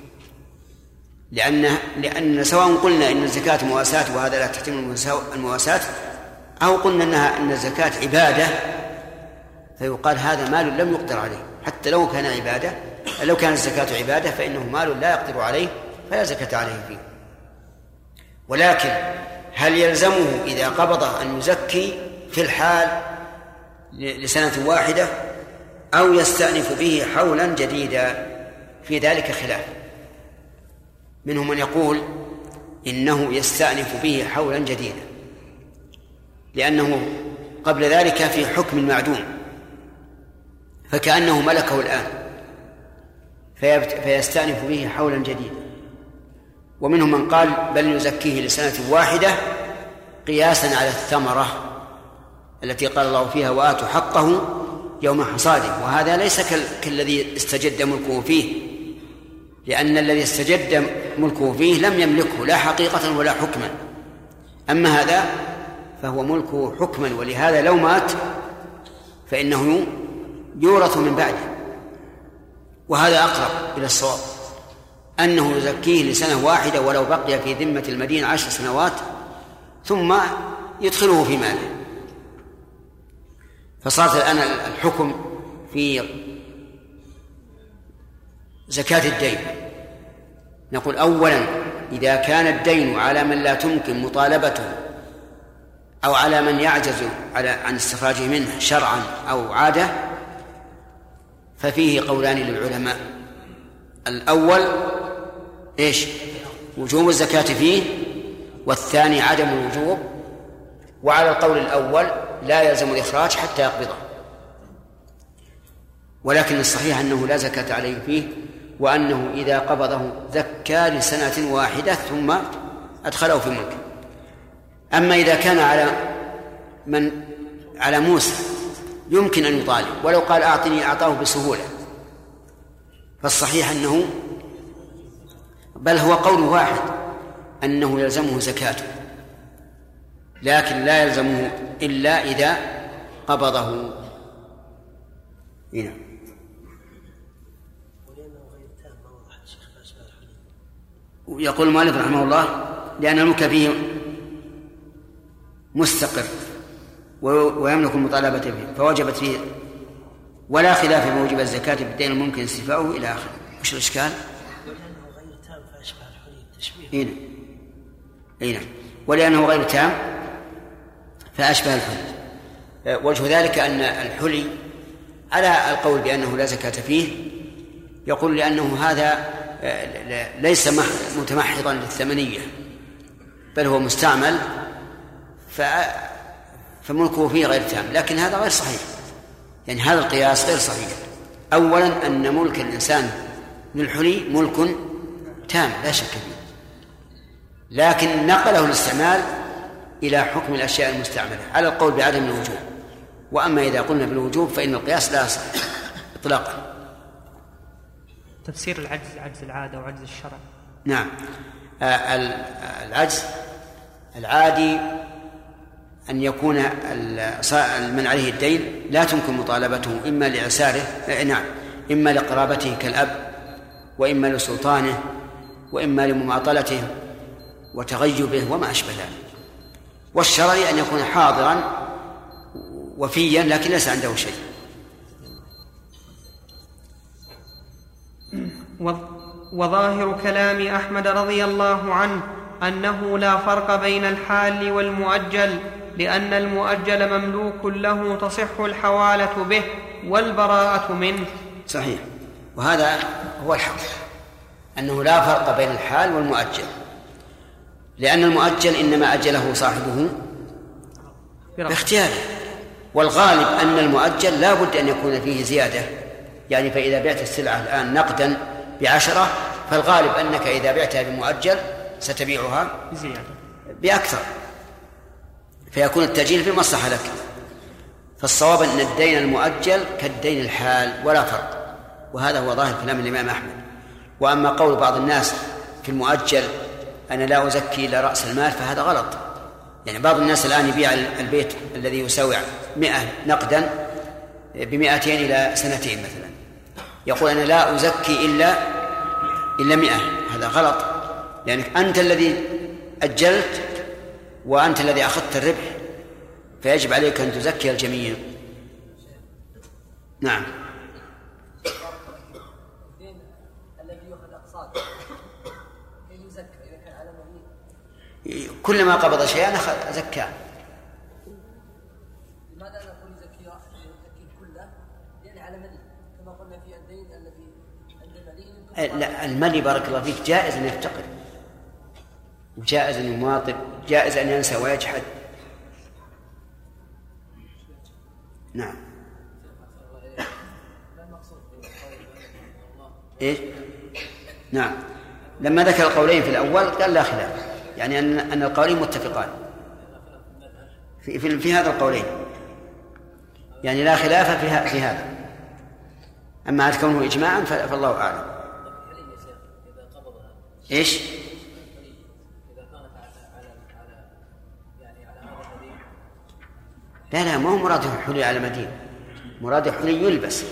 لأن لأن سواء قلنا إن الزكاة مواساة وهذا لا تحتمل المواساة، أو قلنا أنها أن الزكاة عبادة، فيقال هذا مال لم يقدر عليه. حتى لو كان عبادة، لو كانت الزكاة عبادة فإنه مال لا يقدر عليه فلا زكاة عليه فيه. ولكن هل يلزمه إذا قبضه أن يزكي في الحال لسنة واحدة أو يستأنف به حولا جديدا؟ في ذلك خلاف. منهم من يقول إنه يستأنف به حولا جديدا، لأنه قبل ذلك في حكم المعدوم فكأنه ملكه الآن، فيستأنف به حولا جديدا. ومنهم من قال بل يزكيه لسنة واحدة قياسا على الثمرة التي قال الله فيها وآتوا حقه يوم حصاده، وهذا ليس كالذي استجد ملكه فيه، لأن الذي استجد ملكه فيه لم يملكه لا حقيقة ولا حكما. أما هذا فهو ملكه حكما، ولهذا لو مات فإنه يورث من بعده. وهذا أقرب إلى الصواب، أنه يزكيه لسنة واحدة ولو بقي في ذمة المدينة عشر سنوات ثم يدخله في ماله. فصارت الآن الحكم في زكاة الدين. نقول أولا إذا كان الدين على من لا تمكن مطالبته أو على من يعجز على عن استخراجه منه شرعا أو عادة ففيه قولان للعلماء. الأول إيش؟ وجوب الزكاة فيه، والثاني عدم الوجوب. وعلى القول الأول لا يلزم الإخراج حتى يقبضه، ولكن الصحيح أنه لا زكاة عليه فيه، وأنه إذا قبضه زكى لسنة واحدة ثم أدخله في ملكه. أما إذا كان على من على موسى يمكن أن يطالب ولو قال أعطني أعطاه بسهولة، فالصحيح أنه بل هو قول واحد أنه يلزمه زكاته، لكن لا يلزمه إلا إذا قبضه. هنا يقول المؤلف رحمه الله لأن الملك فيه مستقر ويملك المطالبة به فوجبت فيه، ولا خلاف موجب الزكاة بالدين الممكن استيفاؤه إلى آخره. وش الإشكال؟ ولأنه غير تام فأشبه الحرية التشبيه. هنا هنا ولأنه غير تام فأشبه الحلي. وجه ذلك أن الحلي على القول بأنه لا زكاة فيه يقول لأنه هذا ليس متمحضا للثمنية بل هو مستعمل فملكه فيه غير تام، لكن هذا غير صحيح. يعني هذا القياس غير صحيح. أولا أن ملك الإنسان للحلي ملك تام لا شك فيه، لكن نقله الاستعمال إلى حكم الأشياء المستعملة على القول بعدم الوجوب. وأما إذا قلنا بالوجوب فإن القياس لا يصح إطلاقا. تفسير العجز عجز العادة وعجز الشرع. نعم، العجز العادي أن يكون من عليه الدين لا تمكن مطالبته إما لإعساره نعم إما لقرابته كالأب، وإما لسلطانه، وإما لمماطلته وتغيبه وما أشبه ذلك. والشرعي أن يكون حاضرا وفيا لكن ليس عنده شيء. وظاهر كلام أحمد رضي الله عنه أنه لا فرق بين الحال والمؤجل، لأن المؤجل مملوك له تصح الحوالة به والبراءة منه. صحيح، وهذا هو الحق. أنه لا فرق بين الحال والمؤجل، لأن المؤجل إنما أجله صاحبه باختياره، والغالب أن المؤجل لا بد أن يكون فيه زيادة، يعني فإذا بعت السلعة الآن نقدا بعشرة فالغالب أنك إذا بعتها بمؤجل ستبيعها بأكثر، فيكون التأجيل في مصلحة لك. فالصواب أن الدين المؤجل كالدين الحال ولا فرق، وهذا هو ظاهر كلام الإمام أحمد. وأما قول بعض الناس في المؤجل أنا لا أزكي إلا رأس المال فهذا غلط. يعني بعض الناس الآن يبيع البيت الذي يساوي مئة نقدا بمئتين إلى سنتين مثلا، يقول أنا لا أزكي إلا إلا مئة، هذا غلط، لأنك أنت الذي أجلت وأنت الذي أخذت الربح، فيجب عليك أن تزكي الجميع. نعم. كلما قبض شيئا زكاه. لماذا نقول زكي زكي كله؟ يعني على ملي كما قلنا في الدين الذي عند الملي. لا، الملي بارك الله فيك جائز أن يفتقر، وجائز أن يماطل، جائز أن ينسى ويجحد. نعم. إيه؟ نعم. لما ذكر القولين في الأول قال لا خلاف، يعني أن أن القولين متفقان في في, في هذا القولين، يعني لا خلاف في, في هذا. أما عاد كونه إجماعا فالله أعلم. إيش؟ لا لا، ما هو مراد حلي على مدين، مراد حلي يلبس.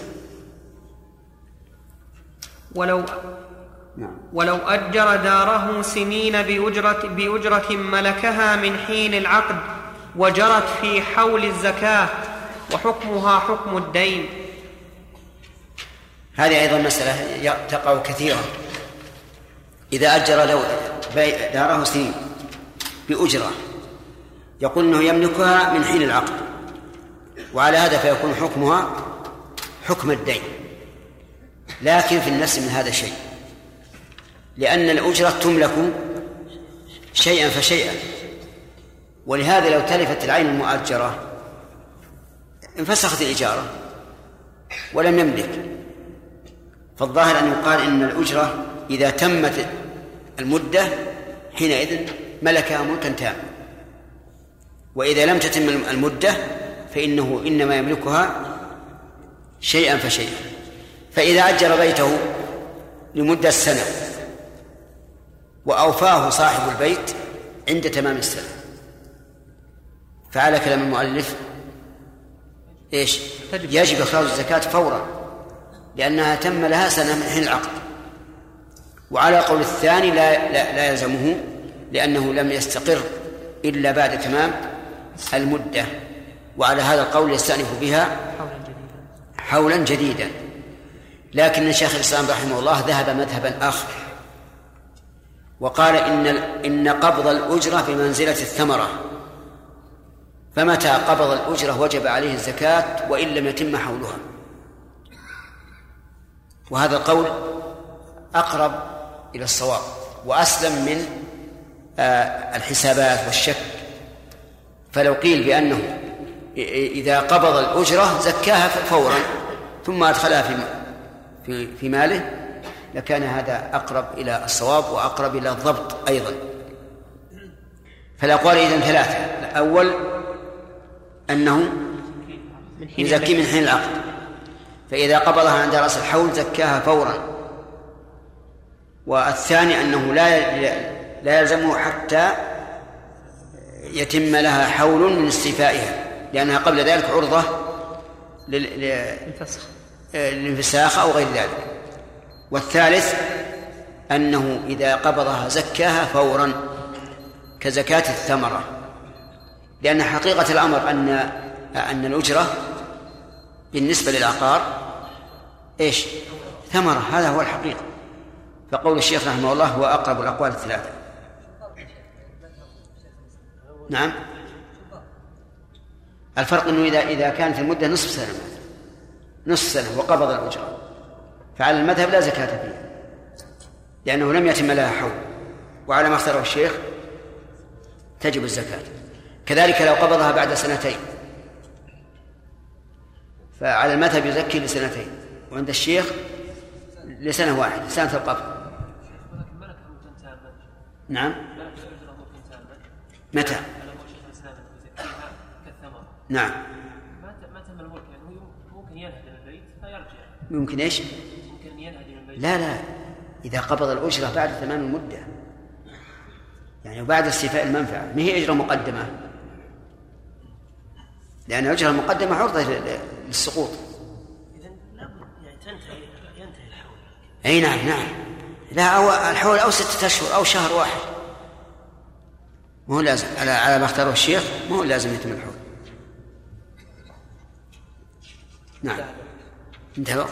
ولو نعم. ولو أجر داره سنين بأجرة, بأجرة ملكها من حين العقد وجرت في حول الزكاة وحكمها حكم الدين. هذه أيضا مسألة تقع كثيرا. إذا أجر لو داره سنين بأجرة يقول أنه يملكها من حين العقد، وعلى هذا فيكون حكمها حكم الدين. لكن في النفس من هذا شيء، لأن الأجرة تملك شيئا فشيئا، ولهذا لو تلفت العين المؤجرة انفسخت الإجارة ولم يملك. فالظاهر أن يقال إن الأجرة إذا تمت المدة حينئذ ملكها ملكا تاما، وإذا لم تتم المدة فإنه إنما يملكها شيئا فشيئا. فإذا أجر بيته لمدة سنة وأوفاه صاحب البيت عند تمام السنة، فعلى كلام المؤلف إيش؟ يجب إخراج الزكاة فورا، لأنها تم لها سنة من حين العقد. وعلى قول الثاني لا, لا, لا يلزمه، لأنه لم يستقر إلا بعد تمام المدة، وعلى هذا القول يستأنف بها حولا جديدا. لكن شيخ الإسلام رحمه الله ذهب مذهبا آخر وقال إن إن قبض الأجرة بمنزلة الثمرة، فمتى قبض الأجرة وجب عليه الزكاة وإن لم يتم حولها. وهذا القول أقرب إلى الصواب وأسلم من الحسابات والشك. فلو قيل بأنه إذا قبض الأجرة زكاها فورا ثم أدخلها في في في ماله لكان هذا أقرب إلى الصواب وأقرب إلى الضبط أيضا. فالأقوال إذن ثلاثة: الأول أنه يزكي من حين العقد، فإذا قبضها عند رأس الحول زكاها فورا. والثاني أنه لا لا يلزمه حتى يتم لها حول من استيفائها، لأنها قبل ذلك عرضة للانفساخ أو غير ذلك. والثالث أنه إذا قبضها زكاها فورا كزكاة الثمرة، لأن حقيقة الأمر أن أن الأجرة بالنسبة للعقار إيش؟ ثمرة، هذا هو الحقيقة. فقول الشيخ رحمه الله هو أقرب الأقوال الثلاثة. نعم، الفرق أنه إذا إذا كانت المدة نصف سنة نصف سنة وقبض الأجرة فعلى المذهب لا زكاة فيها. لأنه لم يتم لها حول، وعلى ما اختاره الشيخ تجب الزكاة. كذلك لو قبضها بعد سنتين فعلى المذهب يزكي لسنتين، وعند الشيخ لسنة واحدة، سنة القبض. نعم. متى؟ نعم. ما تم الملك، يعني ممكن ينهدم البيت فيرجع. ممكن ايش؟ ممكن ينهدم البيت. لا لا، إذا قبض الأجرة بعد تمام المدة، يعني وبعد استيفاء المنفعة، ما هي أجرة مقدمة، لأن الأجرة المقدمة عرضة للسقوط. إذن لابد يعني تنتهي ينتهي الحول. أي نعم نعم. لا، أو الحول أو ستة أشهر أو شهر واحد، مو لازم على على ما اختاره الشيخ، مو لازم يتم الحول. نعم. انتهى.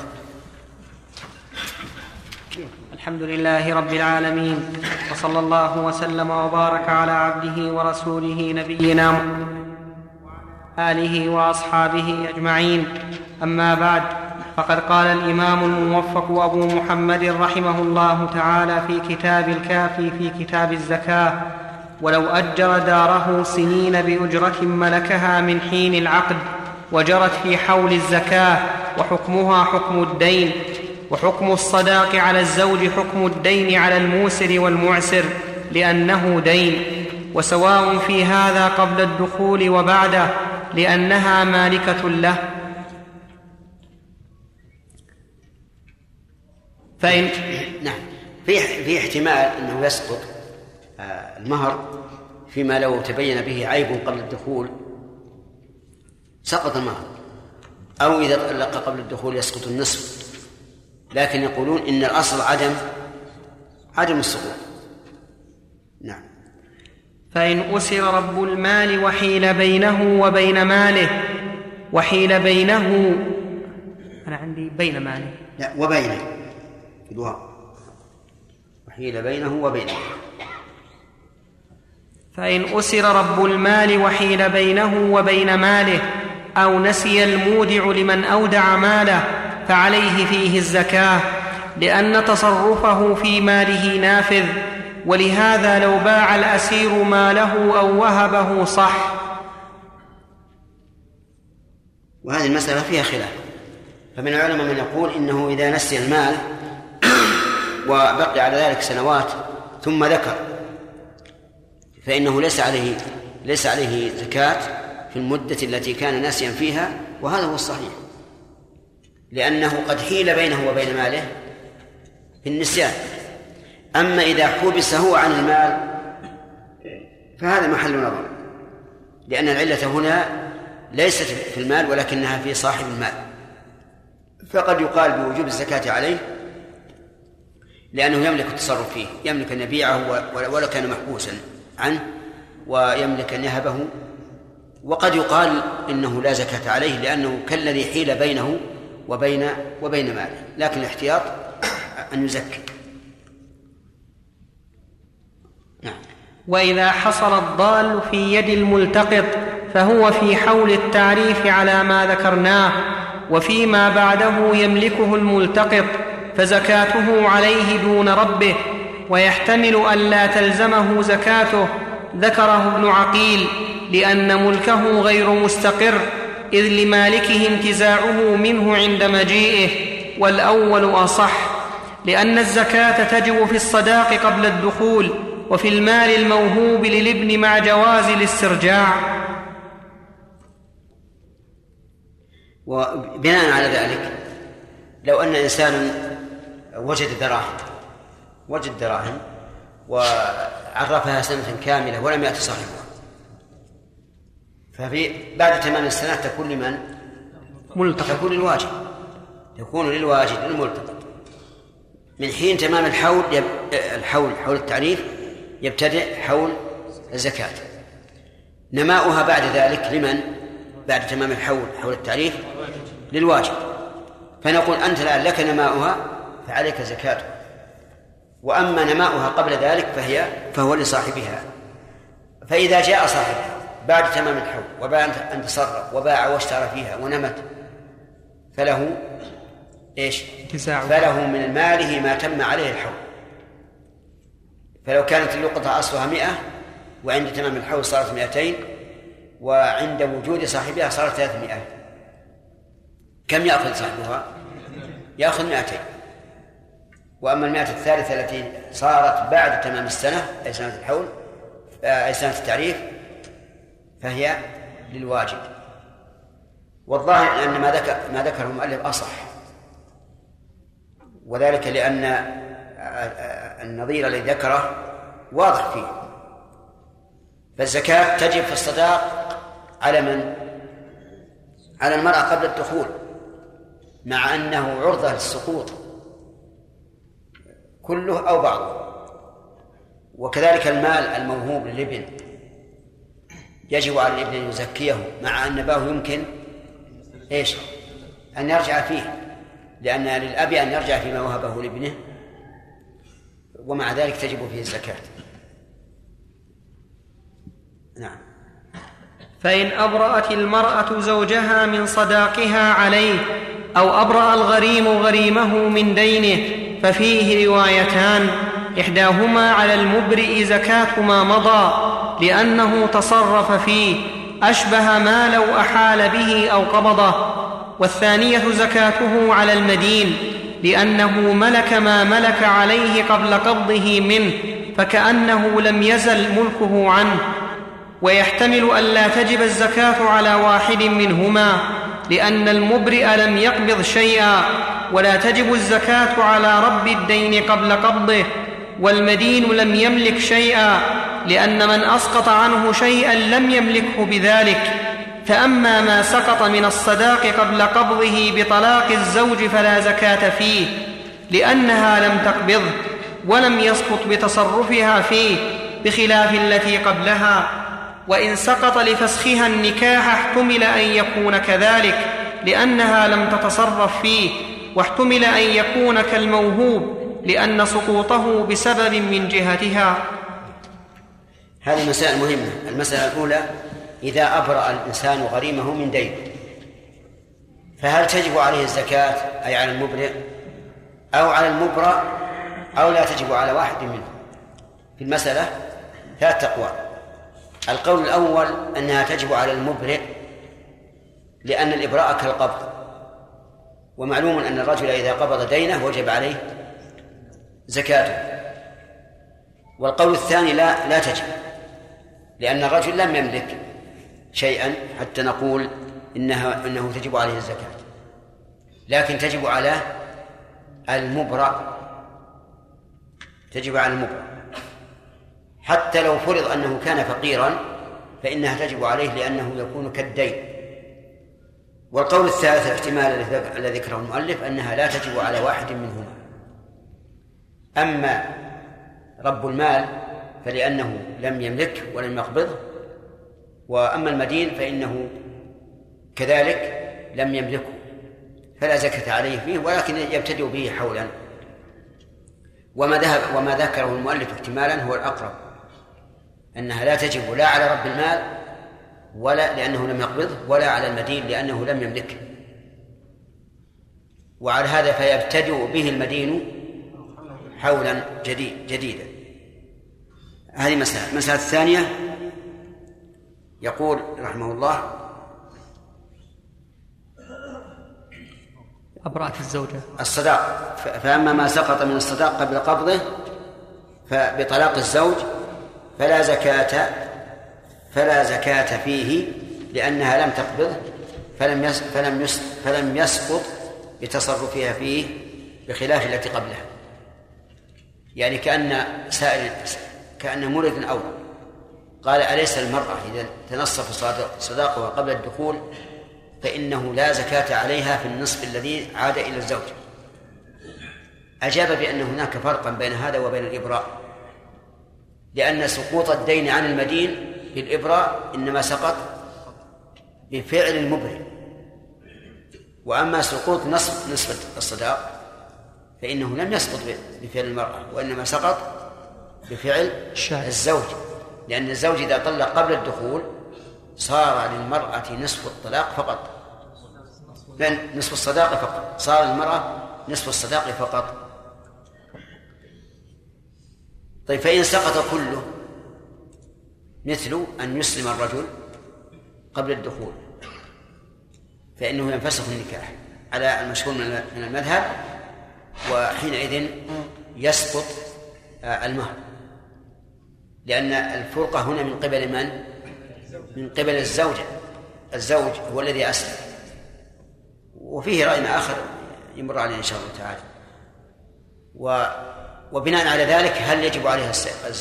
الحمد لله رب العالمين، وصلى الله وسلم وبارك على عبده ورسوله نبينا محمد آله وأصحابه أجمعين. أما بعد، فقد قال الإمام الموفق أبو محمد رحمه الله تعالى في كتاب الكافي في كتاب الزكاة: ولو أجر داره سنين بأجرة ملكها من حين العقد وجرت في حول الزكاة، وحكمها حكم الدين، وحكم الصداق على الزوج حكم الدين على الموسر والمعسر لأنه دين، وسواء في هذا قبل الدخول وبعده لأنها مالكة له. فإن نعم في في احتمال أنه يسقط المهر فيما لو تبين به عيب قبل الدخول سقط المهر، أو إذا طلق قبل الدخول يسقط النصف، لكن يقولون إن الأصل عدم عدم السقوط. نعم. فإن أسر رب المال وحيل بينه وبين ماله وحيل بينه أنا عندي بين ماله لا وبينه وحيل بينه وبينه فإن أسر رب المال وحيل بينه وبين ماله أو نسي المودع لمن أودع ماله فعليه فيه الزكاة، لأن تصرفه في ماله نافذ، ولهذا لو باع الأسير ماله أو وهبه صح. وهذه المسألة فيها خلاف، فمن العلماء من يقول إنه إذا نسي المال وبقي على ذلك سنوات ثم ذكر فإنه ليس عليه ليس عليه زكاة في المدة التي كان ناسيا فيها، وهذا هو الصحيح، لأنه قد حيل بينه وبين ماله في النسيان. أما إذا حبس هو عن المال فهذا محل نظر، لأن العلة هنا ليست في المال ولكنها في صاحب المال، فقد يقال بوجوب الزكاة عليه لأنه يملك التصرف فيه، يملك أن يبيعه ولو كان محبوسا عنه، ويملك أن يهبه، وقد يقال إنه لا زكاة عليه لأنه كالذي حيل بينه وبين وبين ماله، لكن الاحتياط أن يزكي. نعم. وإذا حصل الضال في يد الملتقط فهو في حول التعريف على ما ذكرناه، وفيما بعده يملكه الملتقط فزكاته عليه دون ربه، ويحتمل أن لا تلزمه زكاته، ذكره ابن عقيل، لأن ملكه غير مستقر، إذ لمالكه انتزاعه منه عند مجيئه، والأول أصح، لأن الزكاة تجب في الصداق قبل الدخول، وفي المال الموهوب للابن مع جواز الاسترجاع. وبناء على ذلك لو أن إنسان وجد دراهم وجد دراهم وعرفها سنة كاملة ولم يأتي صاحبها، ففي بعد تمام السنة تكون لمن؟ ملتقط. تكون للواجب تكون للواجب للملتقط. من حين تمام الحول يب... الحول حول التعريف يبتدئ حول الزكاة، نماؤها بعد ذلك لمن؟ بعد تمام الحول حول التعريف للواجب، فنقول أنت الآن لك نماؤها فعليك زكاته، وأما نماؤها قبل ذلك فهي فهو لصاحبها. فإذا جاء صاحبها بعد تمام الحول وبعد أن تصرف وباع واشترى فيها ونمت فله إيش؟ تساعد. فله من ماله ما تم عليه الحول، فلو كانت اللقطة أصلها مئة وعند تمام الحول صارت مئتين وعند وجود صاحبها صارت ثلاثمائة، كم يأخذ صاحبها؟ يأخذ مئتين. وأما المئة الثالثة التي صارت بعد تمام السنة أي سنة الحول أي سنة التعريف فهي للواجب. والظاهر أن ما ذكر ما ذكره المؤلف أصح، وذلك لأن النظير الذي ذكره واضح فيه. فالزكاة تجب في الصداق على من؟ على المرأة قبل الدخول، مع أنه عرضة للسقوط كله أو بعضه. وكذلك المال الموهوب للابن يجب على الابن أن يزكيه، مع أن أباه يمكن إيش؟ أن يرجع فيه، لأن للأب أن يرجع فيما وهبه لابنه، ومع ذلك تجب فيه الزكاة. نعم. فإن أبرأت المرأة زوجها من صداقها عليه أو أبرأ الغريم غريمه من دينه ففيه روايتان، إحداهما على المبرئ زكاة ما مضى لأنه تصرف فيه أشبه ما لو أحال به أو قبضه، والثانية زكاته على المدين لأنه ملك ما ملك عليه قبل قبضه منه فكأنه لم يزل ملكه عنه. ويحتمل ألا تجب الزكاة على واحد منهما لأن المبرئ لم يقبض شيئا، ولا تجب الزكاة على رب الدين قبل قبضه، والمدين لم يملك شيئا لأن من أسقط عنه شيئا لم يملكه بذلك. فأما ما سقط من الصداق قبل قبضه بطلاق الزوج فلا زكاة فيه لأنها لم تقبضه ولم يسقط بتصرفها فيه بخلاف التي قبلها. وإن سقط لفسخها النكاح احتمل أن يكون كذلك لأنها لم تتصرف فيه، واحتمل أن يكون كالموهوب لأن سقوطه بسبب من جهتها. هذه مسائل مهمة. المسألة الأولى: إذا أبرأ الإنسان غريمه من دين فهل تجب عليه الزكاة أي على المبرئ أو على المبرأ أو لا تجب على واحد منهم؟ في المسألة ثلاث أقوال. القول الأول أنها تجب على المبرئ لأن الإبراء كالقبض، ومعلوم أن الرجل إذا قبض دينه وجب عليه زكاته. والقول الثاني لا لا تجب لأن الرجل لم يملك شيئا حتى نقول إنها إنه تجب عليه الزكاة، لكن تجب على المبرأ، تجب على المبرأ حتى لو فرض أنه كان فقيرا فإنها تجب عليه لأنه يكون كالدين. والقول الثالث الاحتمال الذي ذكره المؤلف أنها لا تجب على واحد منهما. أما رب المال فلأنه لم يملكه ولم يقبضه، وأما المدين فإنه كذلك لم يملكه فلا زكاة عليه فيه ولكن يبتدئ به حولا. وما ذهب وما ذكره المؤلف احتمالا هو الأقرب، أنها لا تجب لا على رب المال ولا لأنه لم يقبضه ولا على المدين لأنه لم يملكه. وعلى هذا فيبتدئ به المدين حولا جديد جديدا. هذه مسألة. المسألة الثانية يقول رحمه الله: أبرأت الزوجة الصداق. فأما ما سقط من الصداق قبل قبضه فبطلاق الزوج فلا زكاة فلا زكاة فيه لأنها لم تقبضه فلم يس فلم يس فلم يسقط بتصرفها فيه بخلاف التي قبلها. يعني كأن سائل كأن مريد أول قال: أليس المرأة إذا تنصف صداقها قبل الدخول فإنه لا زكاة عليها في النصف الذي عاد إلى الزوج؟ أجاب بأن هناك فرقا بين هذا وبين الإبراء، لأن سقوط الدين عن المدين بالإبراء إنما سقط بفعل المبرئ، وأما سقوط نصف نصف الصداق فإنه لم يسقط بفعل المرأة وإنما سقط بفعل الزوج، لأن الزوج إذا طلق قبل الدخول صار للمرأة نصف الطلاق فقط، نصف الصداق فقط، صار للمرأة نصف الصداق فقط. طيب فإن سقط كله مثل أن يسلم الرجل قبل الدخول فإنه ينفسخ النكاح على المشهور من المذهب، وحينئذ يسقط المهر، لأن الفرقة هنا من قبل من؟ من قبل الزوجة، الزوج هو الذي أسلم. وفيه رأي آخر يمر عليه إن شاء الله تعالى. وبناء على ذلك هل يجب عليها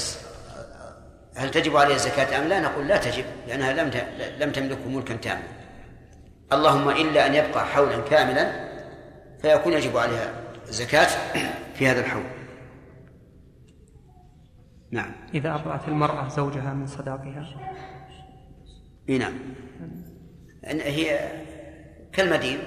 هل تجب عليها الزكاة أم لا؟ نقول لا تجب، لأنها لم لم تملك ملكا تاما، اللهم إلا أن يبقى حولا كاملا فيكون يجب عليها الزكاة في هذا الحول. نعم. إذا أرضعت المرأة زوجها من صداقها. إيه نعم، هي كالمدين.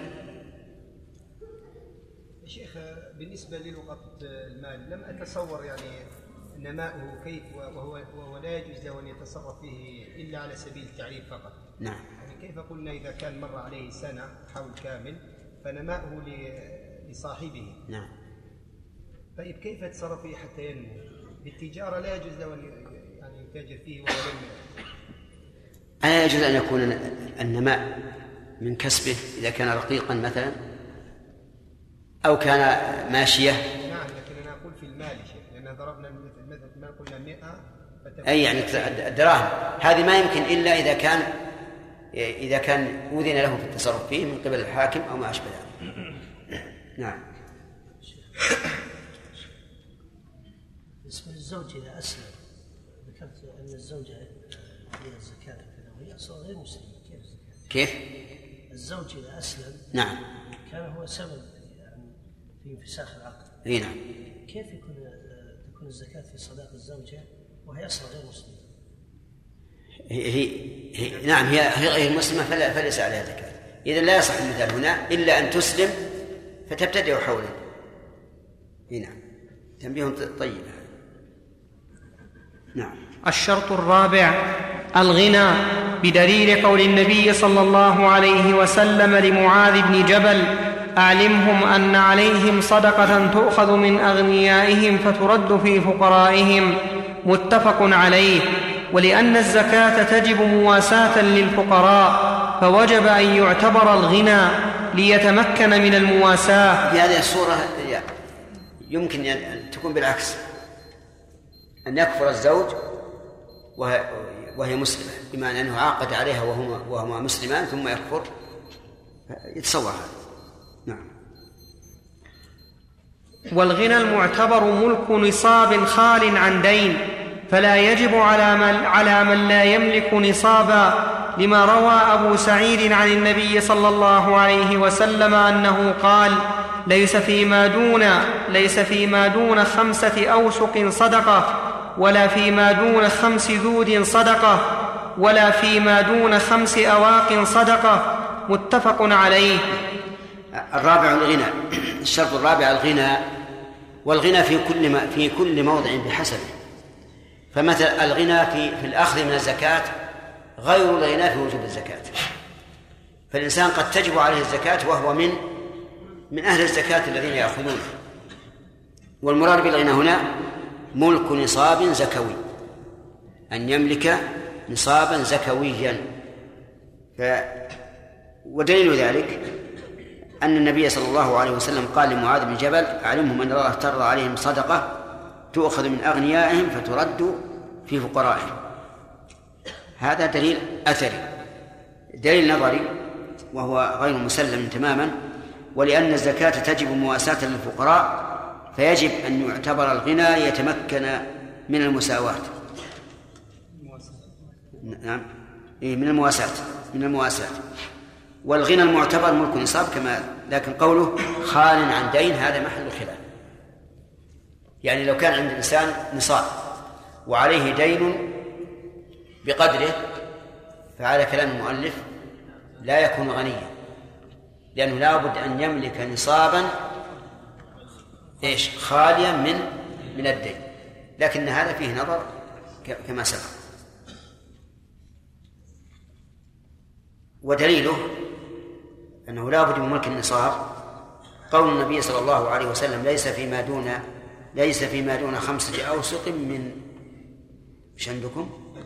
شيخ بالنسبة للقطة المال لم أتصور يعني نماؤه كيف وهو, وهو لا يجوز له أن يتصرف فيه إلا على سبيل التعريف فقط. نعم. يعني كيف قلنا إذا كان مر عليه سنة حول كامل فنماؤه لصاحبه. نعم. طيب كيف يتصرف فيه حتى ينمو؟ بالتجارة لا يجوز له أن يعني يتاجر فيه ولا ينمو. ألا يجوز أن يكون النماء من كسبه إذا كان رقيقا مثلا أو كان ماشية؟ نعم، لكن أنا أقول في المال شيء، لأن ضربنا المثل ما قلنا مئة. أي يعني الدراهم هذه ما يمكن إلا إذا كان إذا كان أذن له في التصرف فيه من قبل الحاكم أو ما أشبه ذلك. نعم. بالنسبة للزوج إذا أسلم، ذكرت أن الزوجة هي الزكاة كذا وهي أصلا غير مسلمة، كيف الزكاة؟ كيف؟ الزوج إذا أسلم نعم كان هو سبب يعني في انفساخ العقد. اي نعم. كيف يكون تكون الزكاة في صداق الزوجة وهي أصلا غير مسلمة؟ هي, هي, هي نعم هي هي غير مسلمة فلا فليس عليها زكاة. إذا لا يصح المثال هنا إلا أن تسلم فتبتدئ حولا. اي نعم، تنبيه طيب. نعم. الشرط الرابع الغنى، بدليل قول النبي صلى الله عليه وسلم لمعاذ بن جبل: أعلمهم أن عليهم صدقة تؤخذ من أغنيائهم فترد في فقرائهم، متفق عليه. ولأن الزكاة تجب مواساة للفقراء فوجب أن يعتبر الغنى ليتمكن من المواساة. في هذه الصورة يمكن أن تكون بالعكس، أن يكفر الزوج وهي مسلمة، بما أنه عاقد عليها وهما, وهما مسلمان ثم يكفر، يتصور هذا. نعم. والغنى المعتبر ملك نصاب خال عن دين، فلا يجب على من, على من لا يملك نصابا، لما روى أبو سعيد عن النبي صلى الله عليه وسلم أنه قال: ليس فيما دون ليس فيما دون خمسة أوسق صدقة، ولا فيما دون خمس ذود صدقة، ولا فيما دون خمس أواق صدقة، متفق عليه. الرابع الغنى. الشرط الرابع الغنى، والغنى في كل ما في كل موضع بحسبه. فمثلا الغنى في في الأخذ من الزكاة غير الغنى في وجوب الزكاة. فالإنسان قد تجب عليه الزكاة وهو من من أهل الزكاة الذين يأخذون. والمراد بالغنى هنا ملك نصاب زكوي، أن يملك نصابا زكويا. ف... ودليل ذلك أن النبي صلى الله عليه وسلم قال لمعاذ بن جبل: أعلمهم أن الله افترض عليهم صدقة تؤخذ من أغنيائهم فترد في فقرائهم. هذا دليل أثري، دليل نظري وهو غير مسلم تماما. ولأن الزكاة تجب مواساة للفقراء فيجب أن يعتبر الغنى ليتمكن من المساواة. نعم، من المواساة من المواساة والغنى المعتبر ملك نصاب كما، لكن قوله خال عن دين هذا محل خلاف. يعني لو كان عند الإنسان نصاب وعليه دين بقدره فعلى كلام المؤلف لا يكون غنيا، لأنه لا بد أن يملك نصابا إيش خاليا من من الدين، لكن هذا فيه نظر كما سبق. ودليله أنه لا بد من ملك النصاب قول النبي صلى الله عليه وسلم: ليس فيما دون ليس فيما دون خمسة أوسق من مش عندكم؟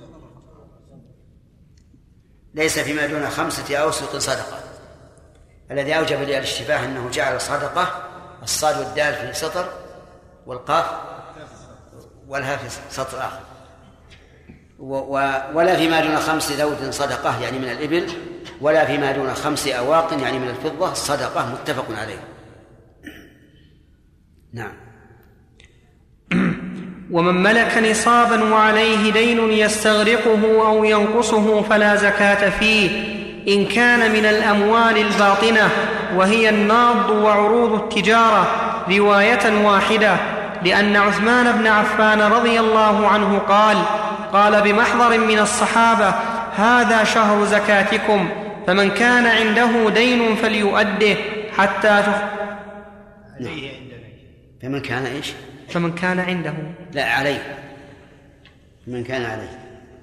ليس فيما دون خمسة أوسق صدقة. الذي أوجب لي الاشتباه أنه جعل صدقة الصاد والدال في سطر والقاف والها في سطر آخر، ولا فيما دون خمس ذود صدقة يعني من الإبل، ولا فيما دون خمس أواق يعني من الفضة صدقة، متفق عليه. نعم. ومن ملك نصابا وعليه دين يستغرقه أو ينقصه فلا زكاة فيه إن كان من الأموال الباطنة وهي الناض وعروض التجارة رواية واحدة، لأن عثمان بن عفان رضي الله عنه قال قال بمحضر من الصحابة: هذا شهر زكاتكم، فمن كان عنده دين فليؤده حتى تخ... فمن كان إيش؟ فمن كان عنده لا عليه من كان عليه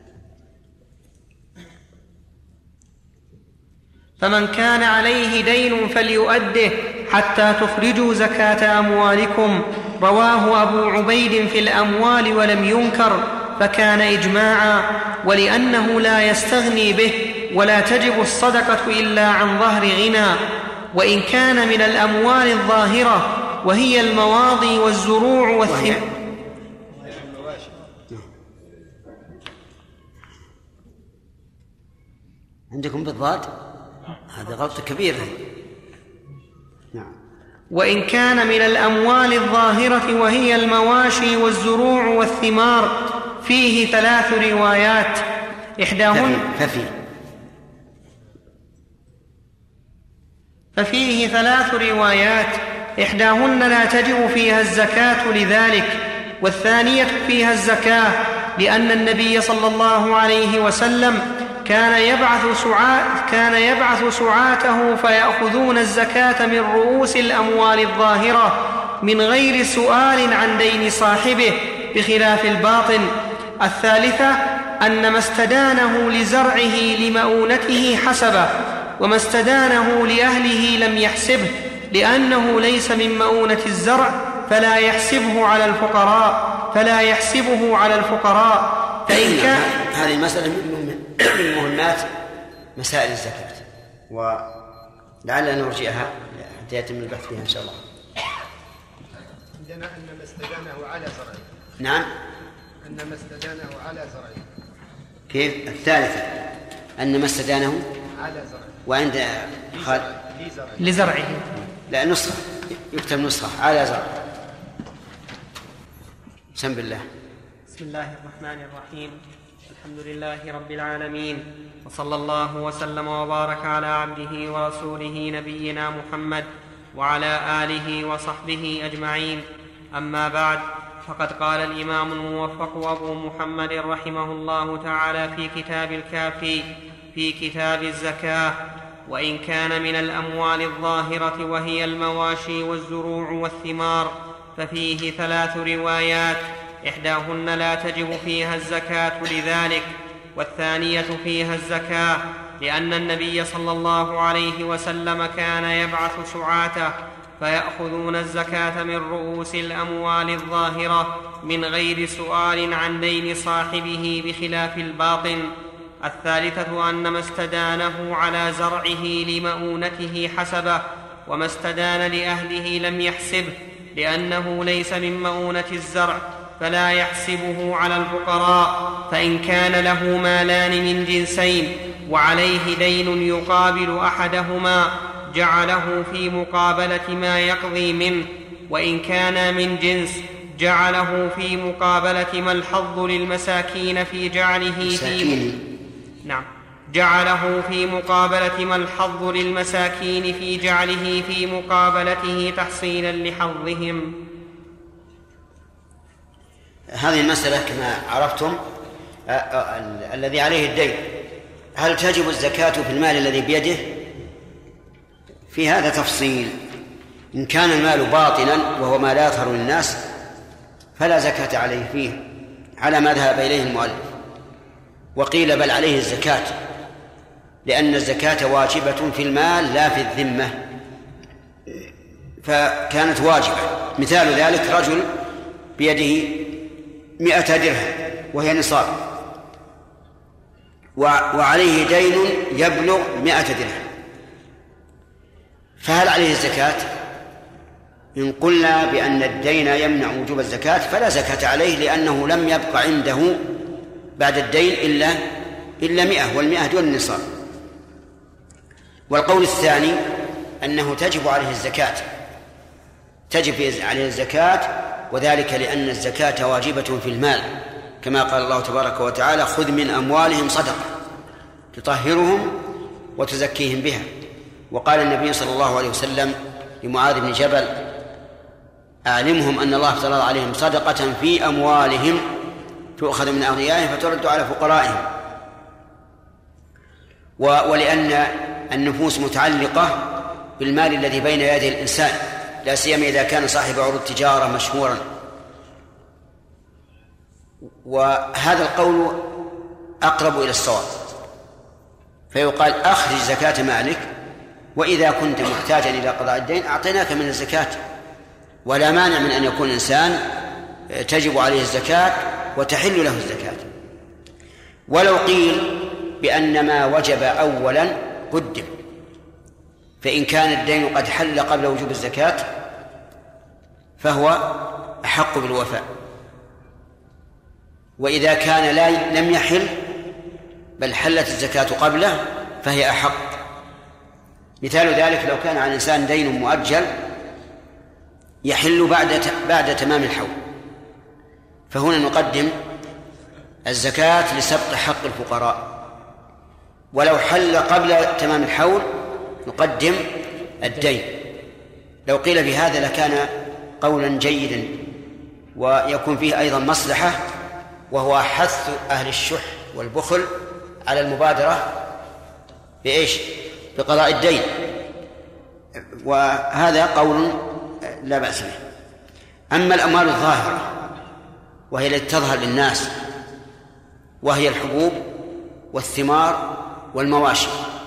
فمن كان عليه دين فليؤده حتى تخرجوا زكاة أموالكم. رواه أبو عبيد في الأموال ولم ينكر، فكان إجماعا، ولأنه لا يستغني به ولا تجب الصدقة إلا عن ظهر غنى. وإن كان من الأموال الظاهرة وهي المواضي والزروع والثمار. عندكم بالضاد؟ هذا غلط كبير. نعم. وإن كان من الأموال الظاهرة وهي المواشي والزروع والثمار فيه ثلاث روايات، إحداهن ففي ففيه ثلاث روايات إحداهن لا تجب فيها الزكاة لذلك، والثانية فيها الزكاة، لأن النبي صلى الله عليه وسلم كان يبعث سعاة كان يبعث سعاته فيأخذون الزكاة من رؤوس الأموال الظاهرة من غير سؤال عن دين صاحبه بخلاف الباطن. الثالثة أن ما استدانه لزرعه لمؤونته حسبه، وما استدانه لأهله لم يحسبه، لأنه ليس من مؤونة الزرع فلا يحسبه على الفقراء فلا يحسبه على الفقراء فإن كان هذه المسألة من مهمات مسائل الزكاة، ولعلنا نرجئها حتى يتم البحث فيها إن شاء الله. عندنا أن ما استدانه على زرعه. نعم. أن ما استدانه على زرعه. كيف؟ الثالثة أن ما استدانه على زرعه. وعند خالد لزرعه. لا، نسخة يكتب نسخة على زرعه. بسم الله. بسم الله الرحمن الرحيم. الحمد لله رب العالمين، وصلى الله وسلم وبارك على عبده ورسوله نبينا محمد وعلى آله وصحبه أجمعين. أما بعد، فقد قال الإمام الموفق أبو محمد رحمه الله تعالى في كتاب الكافي في كتاب الزكاة: وإن كان من الأموال الظاهرة وهي المواشي والزروع والثمار ففيه ثلاث روايات، إحداهن لا تجب فيها الزكاة لذلك، والثانية فيها الزكاة، لأن النبي صلى الله عليه وسلم كان يبعث سعاته فيأخذون الزكاة من رؤوس الأموال الظاهرة من غير سؤال عن دين صاحبه بخلاف الباطن. الثالثة أن ما استدانه على زرعه لمؤونته حسبه، وما استدان لأهله لم يحسبه، لأنه ليس من مؤونة الزرع فلا يحسبه على الفقراء. فإن كان له مالان من جنسين وعليه دين يقابل أحدهما جعله في مقابلة ما يقضي منه، وإن كان من جنس جعله في مقابلة ما الحظ للمساكين في جعله في نعم جعله في مقابلة ما الحظ للمساكين في جعله في مقابلته تحصيلا لحظهم. هذه المسألة كما عرفتم الذي عليه الدين، هل تجب الزكاة في المال الذي بيده؟ في هذا تفصيل. إن كان المال باطنا وهو ما لا يظهر للناس فلا زكاة عليه فيه على ما ذهب إليه المؤلف، وقيل بل عليه الزكاة، لأن الزكاة واجبة في المال لا في الذمة، فكانت واجبة. مثال ذلك رجل بيده مئة درهم وهي نصاب، وعليه دين يبلغ مئة درهم، فهل عليه الزكاة؟ إن قلنا بأن الدين يمنع وجوب الزكاة فلا زكاة عليه، لأنه لم يبق عنده بعد الدين إلا إلا مئة، والمئة دون النصاب. والقول الثاني أنه تجب عليه الزكاة، تجب عليه الزكاة، وذلك لأن الزكاة واجبة في المال، كما قال الله تبارك وتعالى: خذ من أموالهم صدقة تطهرهم وتزكيهم بها. وقال النبي صلى الله عليه وسلم لمعاذ بن جبل: أعلمهم أن الله افترض عليهم صدقة في أموالهم تؤخذ من أغنيائهم فترد على فقرائهم. ولأن النفوس متعلقة بالمال الذي بين يدي الإنسان، لا سيما إذا كان صاحب عروض تجارة مشهورا. وهذا القول أقرب إلى الصواب، فيقال: أخرج زكاة مالك، وإذا كنت محتاجا إلى قضاء الدين أعطيناك من الزكاة. ولا مانع من أن يكون الإنسان تجب عليه الزكاة وتحل له الزكاة. ولو قيل بأن ما وجب أولا قدم، فإن كان الدين قد حل قبل وجوب الزكاة فهو أحق بالوفاء، وإذا كان لا لم يحل بل حلت الزكاة قبله فهي أحق. مثال ذلك: لو كان على الإنسان دين مؤجل يحل بعد بعد تمام الحول، فهنا نقدم الزكاة لسبق حق الفقراء. ولو حل قبل تمام الحول نقدم الدين. لو قيل بهذا لكان قولا جيدا، ويكون فيه أيضا مصلحة، وهو حث أهل الشح والبخل على المبادرة بإيش؟ بقضاء الدين. وهذا قول لا بأس به. أما الأموال الظاهرة وهي التي تظهر للناس، وهي الحبوب والثمار والمواشي،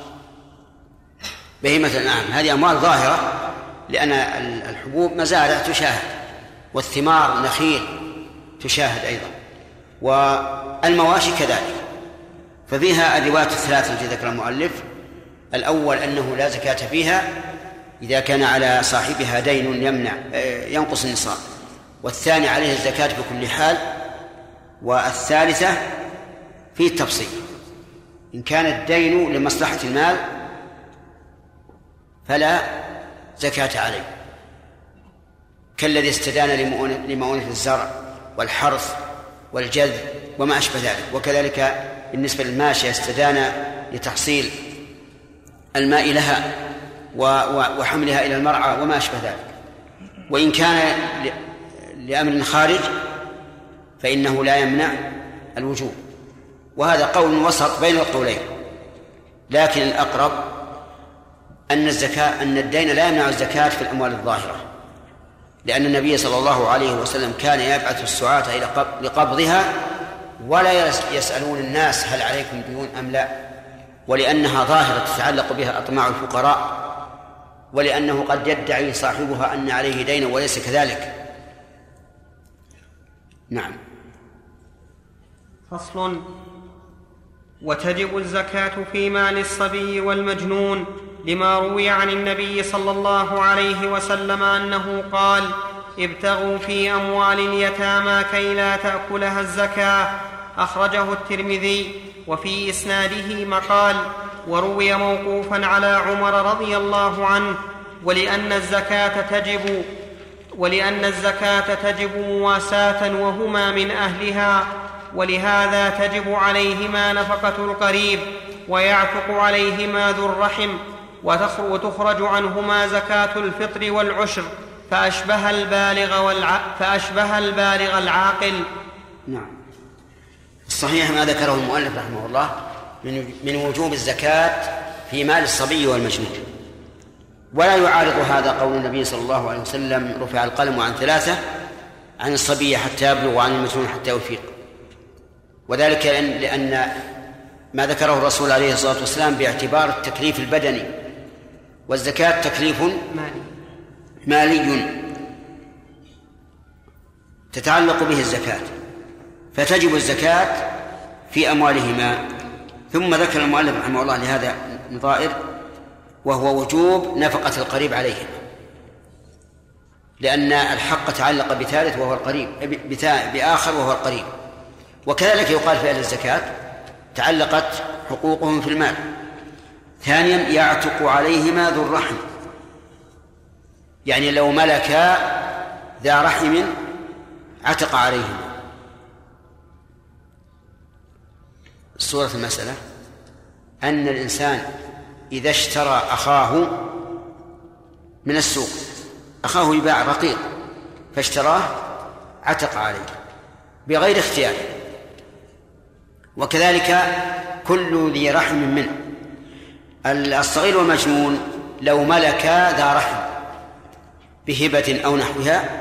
بهيمة الأنعام، هذه أموال ظاهرة، لأن الحبوب مزارع تشاهد، والثمار نخيل تشاهد أيضا، والمواشي كذلك. ففيها أدوات الثلاثة التي ذكر المؤلف: الأول أنه لا زكاة فيها إذا كان على صاحبها دين يمنع ينقص النصاب، والثاني عليه الزكاة بكل حال، والثالثة فيه التفصيل: إن كان الدين لمصلحة المال فلا زكاة عليه، كالذي استدان لمؤونة الزرع والحرث والجذب وما أشبه ذلك. وكذلك بالنسبة للماشية استدان لتحصيل الماء لها وحملها إلى المرعى وما أشبه ذلك. وإن كان لأمر خارج فإنه لا يمنع الوجوب. وهذا قول وسط بين القولين، لكن الأقرب أن الزكاة أن الدين لا يمنع الزكاة في الأموال الظاهرة، لأن النبي صلى الله عليه وسلم كان يبعث السعاة إلى لقبضها ولا يسألون الناس هل عليكم ديون أم لا، ولأنها ظاهرة تتعلق بها أطماع الفقراء، ولأنه قد يدعي صاحبها أن عليه دين وليس كذلك. نعم. فصل: وتجب الزكاة في مال الصبي والمجنون، لما روي عن النبي صلى الله عليه وسلم أنه قال: ابتغوا في أموال اليتامى كي لا تأكلها الزكاة. أخرجه الترمذي، وفي إسناده مقال، وروي موقوفا على عمر رضي الله عنه: ولأن الزكاة تجب ولأن الزكاة تجب مواساة وهما من أهلها، ولهذا تجب عليهما نفقة القريب، ويعتق عليهما ذو الرحم، وتخرج عنهما زكاة الفطر والعشر، فأشبه البالغ, والع... فأشبه البالغ العاقل. نعم. الصحيح ما ذكره المؤلف رحمه الله من وجوب الزكاة في مال الصبي والمجنون، ولا يعارض هذا قول النبي صلى الله عليه وسلم: رفع القلم عن ثلاثة، عن الصبي حتى يبلغ وعن المجنون حتى يفيق. وذلك لأن ما ذكره الرسول عليه الصلاة والسلام باعتبار التكليف البدني، والزكاة تكليف مالي. تتعلق به الزكاة، فتجب الزكاة في أموالهما. ثم ذكر المؤلف رحمه الله لهذا نظائر، وهو وجوب نفقة القريب عليهما، لأن الحق تعلق بثالث وهو القريب، بآخر وهو القريب. وكذلك يقال في أهل الزكاة تعلقت حقوقهم في المال. ثانيا يعتق عليهما ذو الرحم، يعني لو ملكا ذا رحم عتق عليهما. صورة المسألة أن الإنسان إذا اشترى أخاه من السوق، أخاه يباع رقيق فاشتراه عتق عليه بغير اختيار. وكذلك كل ذي رحم منه. الصغير والمجنون لو ملك ذا رحم بهبة أو نحوها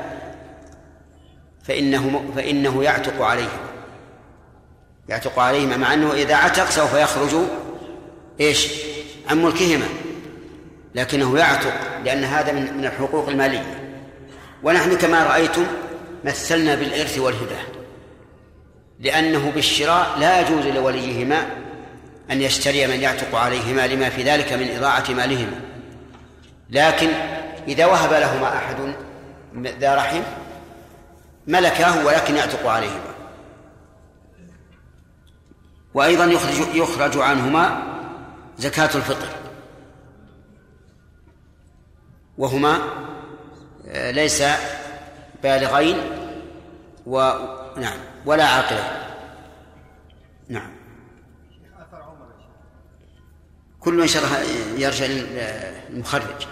فإنه, فإنه يعتق عليهم يعتق عليهما، مع أنه إذا عتق سوف يخرج إيش عن ملكهما، لكنه يعتق لأن هذا من من الحقوق المالية. ونحن كما رأيتم مثلنا بالإرث والهبة، لأنه بالشراء لا يجوز لوليهما أن يشتري من يعتق عليهما لما في ذلك من إضاعة مالهما، لكن إذا وهب لهما أحد ذا رحم ملكاه ولكن يعتق عليهما. وأيضا يخرج, يخرج عنهما زكاة الفطر، وهما ليس بالغين ونعم ولا عاقلين. نعم كل شرح يرجع للمخرج.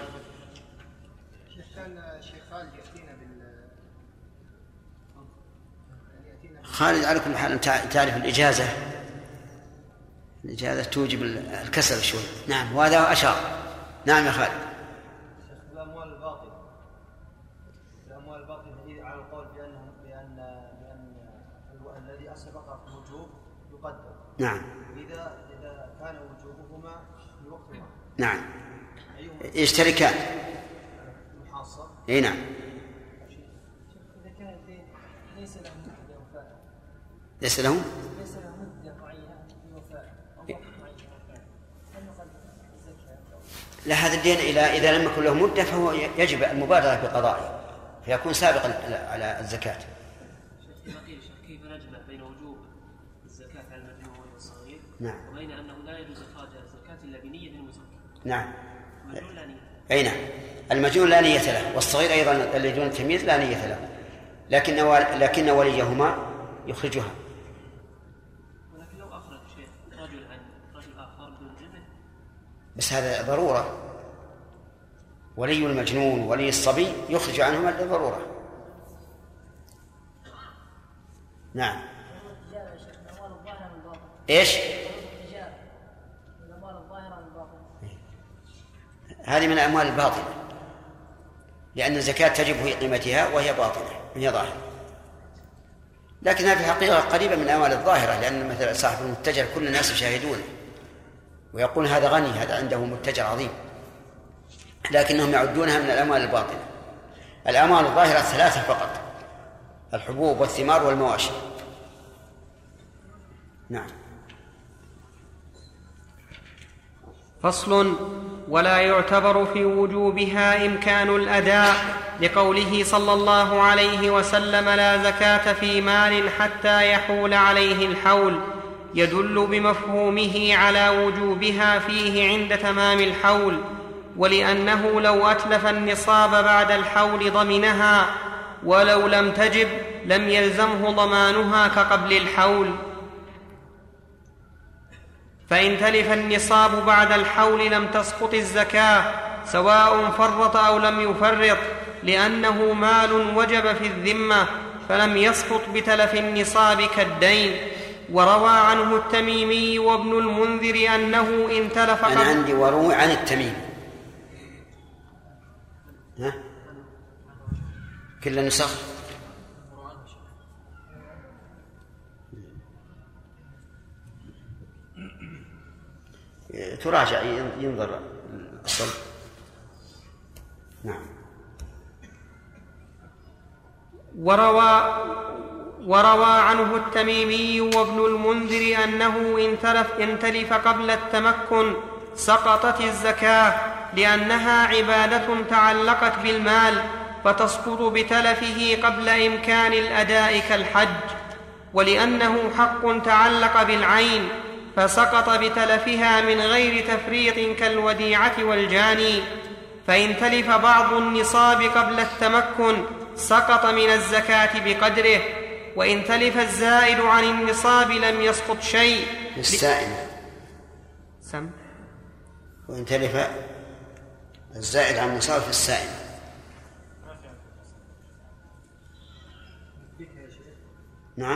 خالد على كل حال تعرف الإجازة، الإجازة توجب الكسل شوي. نعم وهذا أشار. نعم يا خالد. الأموال الباطلة الأموال الباطلة على القول بأن بأن بأن الذي أسبق في الوجوب يقدم. نعم. إذا إذا كان وجوبهما في وقت واحد. نعم. يشتركان. محاصر. أي نعم. إذا كان الدين ليس له مدة وفاء. ليس له؟ ليس له مدة معينة لوفاء أو وقت معين لوفاء. هل نقدم الزكاة؟ لا، هذا الدين إذا إذا لم يكن له مدة فهو يجب المبادرة بقضائه فيكون سابقا على الزكاة. كيف نجمع بين وجوب الزكاة على المجنون والصغير نعم. وبين أنه لا يجوز إخراج الزكاة إلا بنية المزكي؟ نعم. المجنون لا نية. أي نعم. المجنون لا نية له، والصغير أيضا الذي دون التمييز لا نية له، لكن لكن وليهما يخرجها. ولكن لو أخرج شيء رجل عن رجل آخر دون ابن، بس هذا ضرورة. ولي المجنون ولي الصبي يخرج عنهما لضرورة. نعم. ايش؟ هذه من الأموال الباطلة، لأن الزكاة تجب في قيمتها وهي باطلة هي ظاهرة، لكنها في الحقيقة قريبة من الأموال الظاهرة، لأن مثل صاحب المتجر كل الناس يشاهدونه ويقول هذا غني، هذا عنده متجر عظيم، لكنهم يعدونها من الأموال الباطلة. الأموال الظاهرة ثلاثة فقط: الحبوب والثمار والمواشي. نعم. فصل: ولا يعتبر في وجوبها إمكان الأداء، لقوله صلى الله عليه وسلم: لا زكاة في مال حتى يحول عليه الحول، يدل بمفهومه على وجوبها فيه عند تمام الحول، ولأنه لو أتلف النصاب بعد الحول ضمنها، ولو لم تجب لم يلزمه ضمانها كقبل الحول. فإن تلف النصاب بعد الحول لم تسقط الزكاة، سواء فرط أو لم يفرط، لأنه مال وجب في الذمة فلم يسقط بتلف النصاب كالدين. وروى عنه التميمي وابن المنذر أنه إن تلف أنا عندي وروى عن التميمي. ها؟ كل نسخ تراجع ينظر الصل. نعم. وروى وروى عنه التميمي وابن المنذر أنه إن تلف, إن تلف قبل التمكن سقطت الزكاة، لأنها عبادة تعلقت بالمال فتسقط بتلفه قبل إمكان الأداء كالحج، ولأنه حق تعلق بالعين فسقط بتلفها من غير تفريط كالوديعة والجاني. فإن تلف بعض النصاب قبل التمكن سقط من الزكاة بقدره، وإن تلف الزائد عن النصاب لم يسقط شيء. السائمة سم وإن تلف الزائد عن النصاب في السائمة. نعم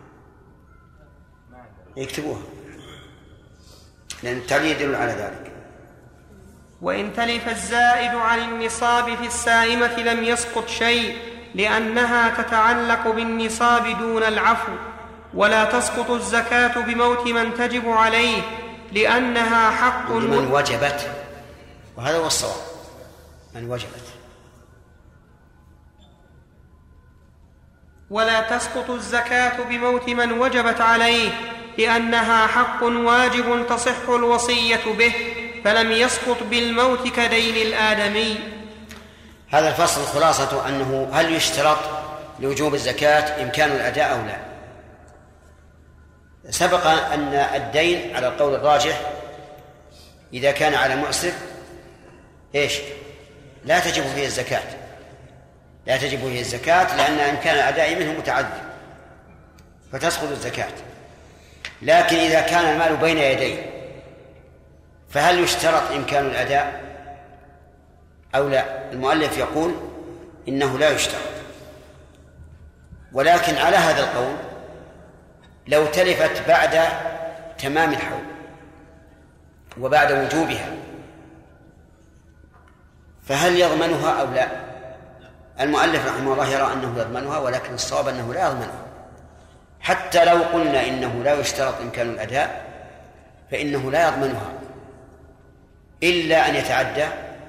يكتبوها لأن التعليل يدل على ذلك. وإن تلف الزائد عن النصاب في السائمة لم يسقط شيء، لأنها تتعلق بالنصاب دون العفو، ولا تسقط الزكاة بموت من تجب عليه، لأنها حق من وجبت، وهذا هو الصواب، من وجبت. ولا تسقط الزكاة بموت من وجبت عليه، لأنها حق واجب تصح الوصية به، فلم يسقط بالموت كدين الآدمي. هذا الفصل خلاصة أنه هل يشترط لوجوب الزكاة إمكان الأداء أو لا؟ سبق أن الدين على القول الراجح إذا كان على مؤسر إيش؟ لا تجب فيه الزكاة، لا تجب فيه الزكاة لأن إمكان الأداء منه متعذر فتسقط الزكاة. لكن إذا كان المال بين يديه فهل يشترط إمكان الأداء أو لا؟ المؤلف يقول إنه لا يشترط، ولكن على هذا القول لو تلفت بعد تمام الحول وبعد وجوبها فهل يضمنها أو لا؟ المؤلف رحمه الله يرى أنه يضمنها، ولكن الصواب أنه لا يضمنها. حتى لو قلنا إنه لا يشترط إمكان الأداء فإنه لا يضمنها إلا أن يتعدى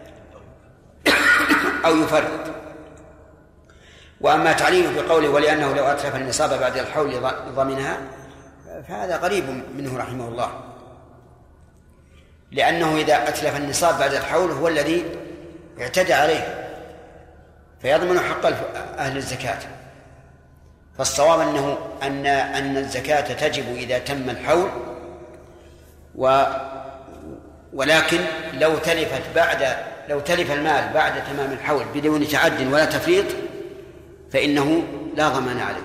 أو يفرط. وأما تعليله بقوله ولأنه لو أتلف النصاب بعد الحول ضمنها فهذا قريب منه رحمه الله، لأنه إذا أتلف النصاب بعد الحول هو الذي اعتدى عليه فيضمن حق أهل الزكاة. فالصواب أنه أن أن الزكاة تجب إذا تم الحول، و ولكن لو تلفت بعد لو تلف المال بعد تمام الحول بدون تعد ولا تفريط فإنه لا ضمان عليه،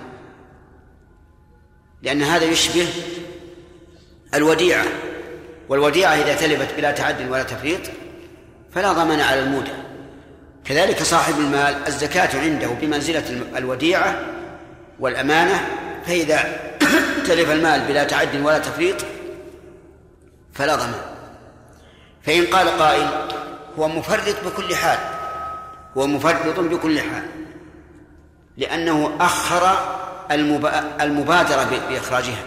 لأن هذا يشبه الوديعة، والوديعة إذا تلفت بلا تعد ولا تفريط فلا ضمان على المودع. كذلك صاحب المال الزكاة عنده بمنزلة الوديعة والأمانة، فإذا تلف المال بلا تعد ولا تفريط فلا ضمان. فإن قال قائل هو مفرط بكل حال، هو مفرط بكل حال لأنه أخر المبادرة بإخراجها،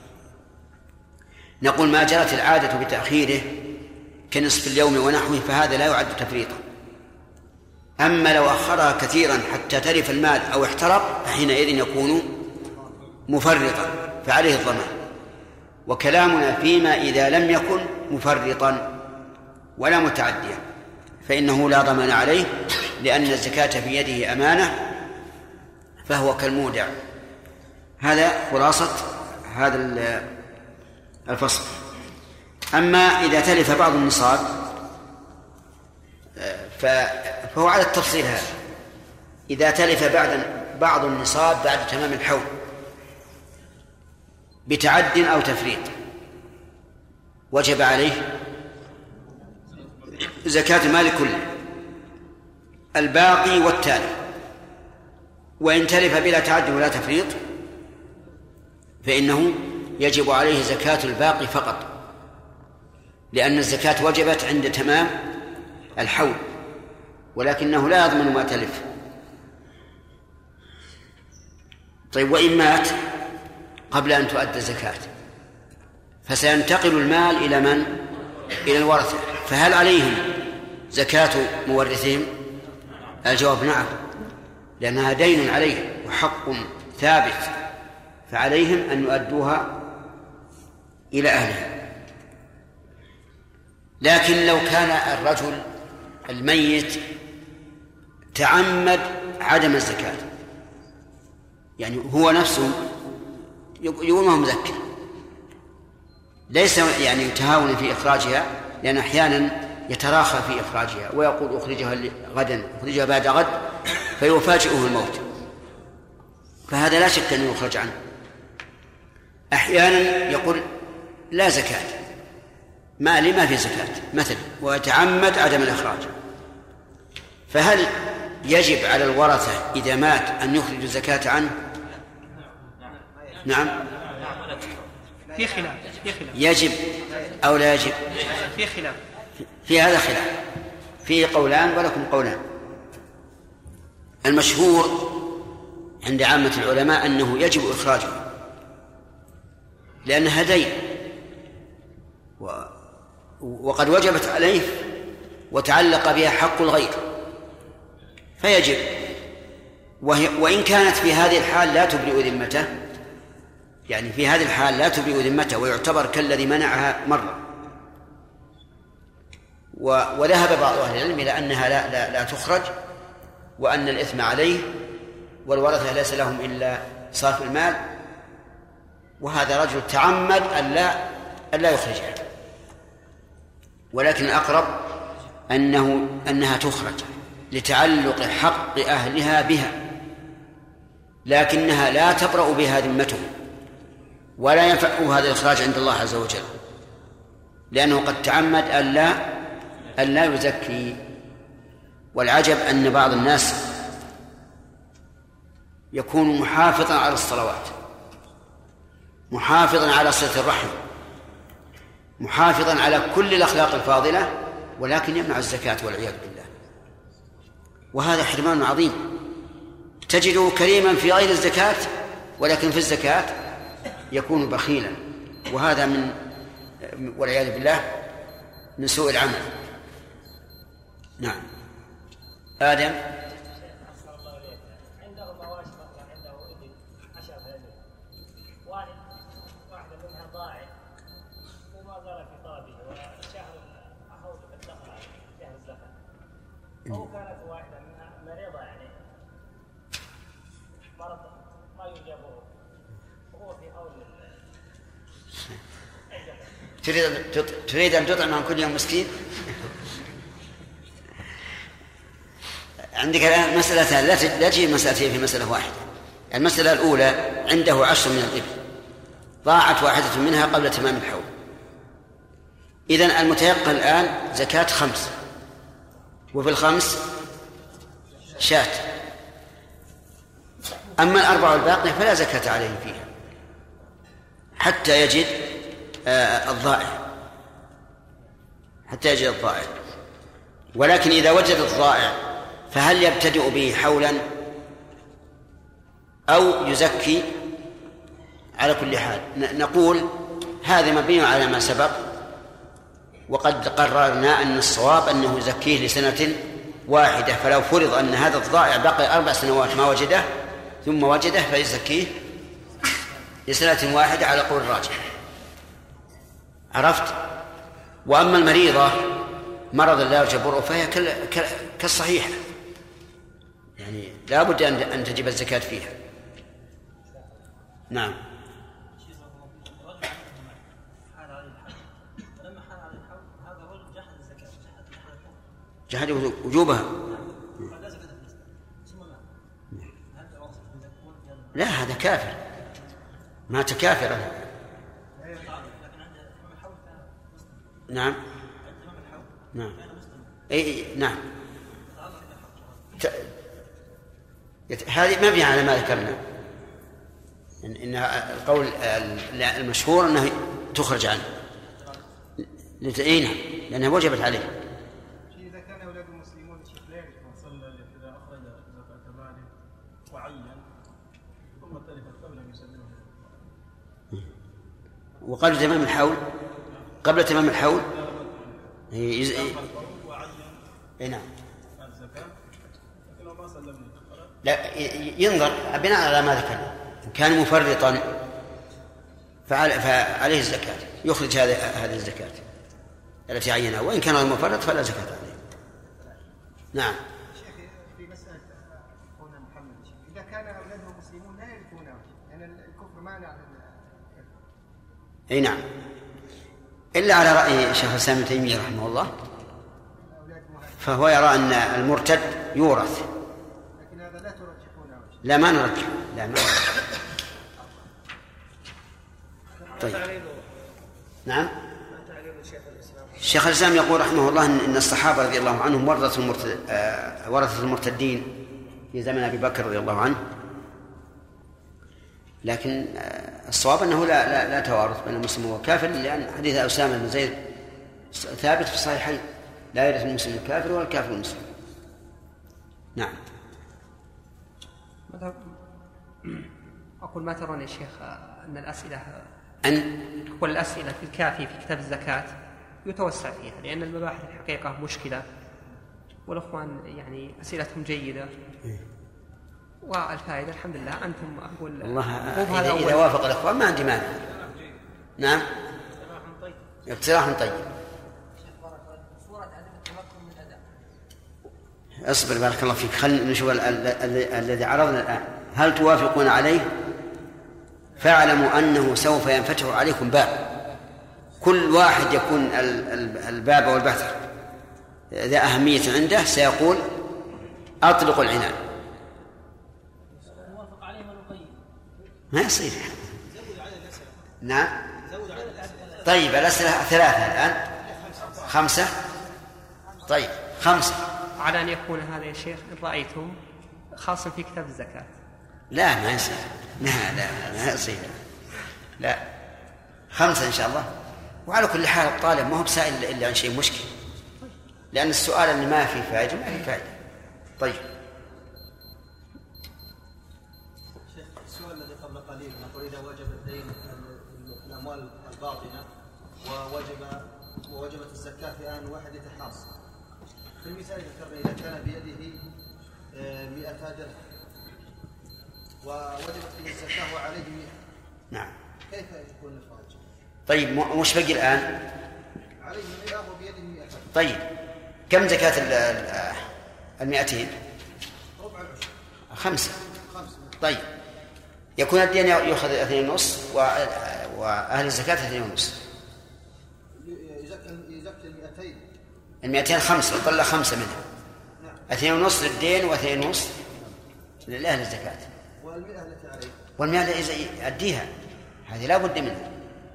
نقول ما جرت العادة بتأخيره كنصف اليوم ونحوه فهذا لا يعد تفريطا. أما لو أخرها كثيرا حتى تلف المال أو احترق فحينئذ يكون مفرطا فعليه الضمان. وكلامنا فيما إذا لم يكن مفرطا ولا متعديا فإنه لا ضمان عليه، لأن الزكاة في يده أمانة فهو كالمودع. هذا خلاصة هذا الفصل. أما إذا تلف بعض النصاب فهو على التفصيل هذا. إذا تلف بعد بعض النصاب بعد تمام الحول بتعد أو تفريط وجب عليه زكاة المال كله الباقي والتالي. وإن تلف بلا تعد ولا تفريط فإنه يجب عليه زكاة الباقي فقط، لأن الزكاة وجبت عند تمام الحول، ولكنه لا يضمن ما تلف. طيب وإن مات قبل أن تؤدى الزكاة فسينتقل المال إلى من؟ إلى الورثة، فهل عليهم زكاة مورثهم؟ الجواب نعم، لأنها دين عليه وحق ثابت فعليهم أن يؤدوها إلى أهلها. لكن لو كان الرجل الميت تعمد عدم الزكاة، يعني هو نفسه يقول ما هو مذكر، ليس يعني يتهاون في إخراجها، لأن أحيانا يتراخى في إخراجها ويقول أخرجها غدا، أخرجها بعد غد، فيفاجئه الموت، فهذا لا شك أن يخرج عنه. أحيانا يقول لا زكاة، مالي ما في زكاة مثلا، ويتعمد عدم الإخراج، فهل يجب على الورثة إذا مات أن يخرجوا الزكاة عنه؟ نعم، في خلاف في خلاف يجب أو لا يجب؟ في خلاف في هذا خلاف، فيه قولان ولكم قولان. المشهور عند عامة العلماء أنه يجب إخراجه لأنها دين وقد وجبت عليه وتعلق بها حق الغير، فيجب، وإن كانت في هذه الحال لا تبرئ ذمته، يعني في هذه الحال لا تبرئ ذمته ويعتبر كالذي منعها مرة. وذهب بعض أهل العلم إلى أنها لا, لا, لا تخرج، وأن الإثم عليه والورثة ليس لهم إلا صرف المال، وهذا رجل تعمد ألا ألا يخرجها. ولكن الأقرب أنه أنها تخرج لتعلق حق أهلها بها، لكنها لا تبرأ بها ذمتهم ولا ينفعه هذا الإخراج عند الله عز وجل، لأنه قد تعمد ألا ألا يزكي. والعجب أن بعض الناس يكون محافظا على الصلوات، محافظا على صلة الرحم، محافظا على كل الأخلاق الفاضلة، ولكن يمنع الزكاة والعياذ بالله، وهذا حرمان عظيم. تجده كريما في غير الزكاة، ولكن في الزكاة يكون بخيلا، وهذا من والعياذ بالله من سوء العمل. نعم. آدم. عنده مواشي مثلا، عنده ابل عشر ابل، واحد واحدة منها ضاعت وما زال في طلبه، وشهر أخوه بالدخل شهر الزكاة، أو كانت واحدة منها مريضة يعني مرض ما يجابه وهو في حول تريد تريد أن تطعم عن كل يوم مسكين؟ عندك الآن مسألتان، لا تجي مسألتين في مسألة واحدة. المسألة الأولى عنده عشر من الإبل، ضاعت واحدة منها قبل تمام الحول، إذن المتيقن الآن زكاة خمس، وفي الخمس شاة. أما الأربع الباقية فلا زكاة عليه فيها حتى يجد آه الضائع، حتى يجد الضائع. ولكن إذا وجد الضائع فهل يبتدئ به حولا أو يزكي؟ على كل حال نقول هذا مبني على ما سبق، وقد قررنا أن الصواب أنه يزكيه لسنة واحدة، فلو فرض أن هذا الضائع بقي أربع سنوات ما وجده ثم وجده فيزكيه لسنة واحدة على قول الراجح. عرفت؟ وأما المريضة مرض لا يرجى برؤه فهي كالصحيحة، يعني لا بد أن تجب الزكاة فيها. نعم. جحد وجوبها؟ لا، هذا كافر، مات كافرا. نعم نعم اي نعم. هذه مبنية على ما ذكرنا، إن, إن القول المشهور أنه تخرج عنه لتأيينها لأنها وجبت عليه. إذا كان أولاد المسلمون شكلين صلى إذا أخرج زكاة ماله وعين ثم تلفت قبل أن يسلمه وقبل تمام الحول، قبل تمام الحول يز... اي نعم. لا، ينظر بناء على ما ذكرنا، كان مفرطا فعليه الزكاة، يخرج هذه هذه الزكاة التي عينها، وإن كان المفرط فلا زكاة عليه. نعم. شيخ في مسألة أخونا محمد، إذا كان أولاده مسلمون لا يرثونه، لأن يعني الكفر مانع. أي نعم، إلا على رأي شيخ الإسلام ابن تيمية رحمه الله، فهو يرى أن المرتد يورث. لكن هذا لا ترجحونه. لا ما نرجح، لا ما نرجح. طيب. نعم. الشيخ الإسلام يقول رحمه الله إن الصحابة رضي الله عنهم ورثوا المرتد آه ورثة المرتدين في زمن أبي بكر رضي الله عنه، لكن آه الصواب أنه لا لا, لا توارث بين المسلم والكافر، لأن حديث أسامة بن زيد ثابت في الصحيحين: لا يرث المسلم الكافر ولا الكافر المسلم. نعم. أقول ما ترون يا شيخ أن الأسئلة أن والأسئلة في الكافي في كتاب الزكاة يتوسع فيها، لأن المباحث الحقيقة مشكلة، والأخوان يعني أسئلتهم جيدة والفائدة الحمد لله. أنتم أقول الله إذا, إذا وافق الأخوان ما عندي مانع. نعم. اقتراح طيب. اصبر بارك الله فيك، خلينا نشوف الذي عرضنا الآن. هل توافقون عليه؟ فاعلموا أنه سوف ينفتح عليكم باب، كل واحد يكون الباب والبحث ذا أهمية عنده سيقول أطلق العنان. ما يصير. نعم. طيب الأسئلة ثلاثة الآن، خمسة. طيب خمسة. على أن يكون هذا يا شيخ إن رأيتم خاصا في كتاب الزكاة. لا ما يصير. لا لا ما يصير. لا خمسة إن شاء الله. وعلى كل حال الطالب ما هو بسائل إلا عن شيء مشكل، لأن السؤال اللي ما فيه فائدة ما فيه فائدة. طيب. شيخ السؤال الذي قبل قليل نقول إذا وجب الدين الأموال الباطنة ووجب ووجبت الزكاة في آن واحد يتحاصل، في المثال ذكرنا إذا كان بيده مئة درهم ووجبت فيه الزكاة وعليه مئة. نعم. كيف يكون الإخراج؟ طيب مش بقي الآن؟ عليه مئة وبيده مئة. طيب كم زكاة المئتين؟ ربع العشر. خمسة. خمسة. طيب يكون الدين يأخذ اثنين ونصف وأهل الزكاة اثنين ونصف. يزكي المئتين. المئتين خمسة، طلع خمسة منها. نعم. اثنين ونصف للدين واثنين ونصف للأهل الزكاة. والمئة التي عليه. والمئة إذا يؤديها هذه لا بد منها.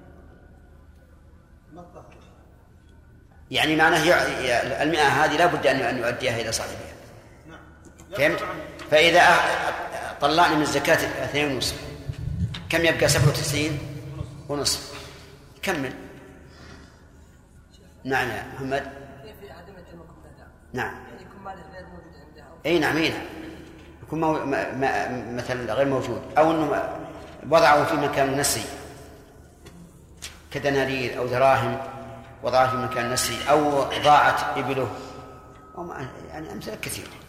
يعني معناه المئة هذه لا بد أن يؤديها إلى صاحبها. نعم. فهمت؟ فإذا طلعنا من الزكاة اثنين ونصف كم يبقى؟ سبعة وتسعين ونصف. كمل. نعم يا محمد. كيف عدم المكملة؟ نعم. يعني يكون مال غير موجود عندها. أي نعم هنا يكون مو... ما... ما... مثلا غير موجود، أو أنه وضعه في مكان نسي كدنانير أو دراهم وضعه في مكان نسي، أو ضاعت إبله، يعني أمثلة كثيرة.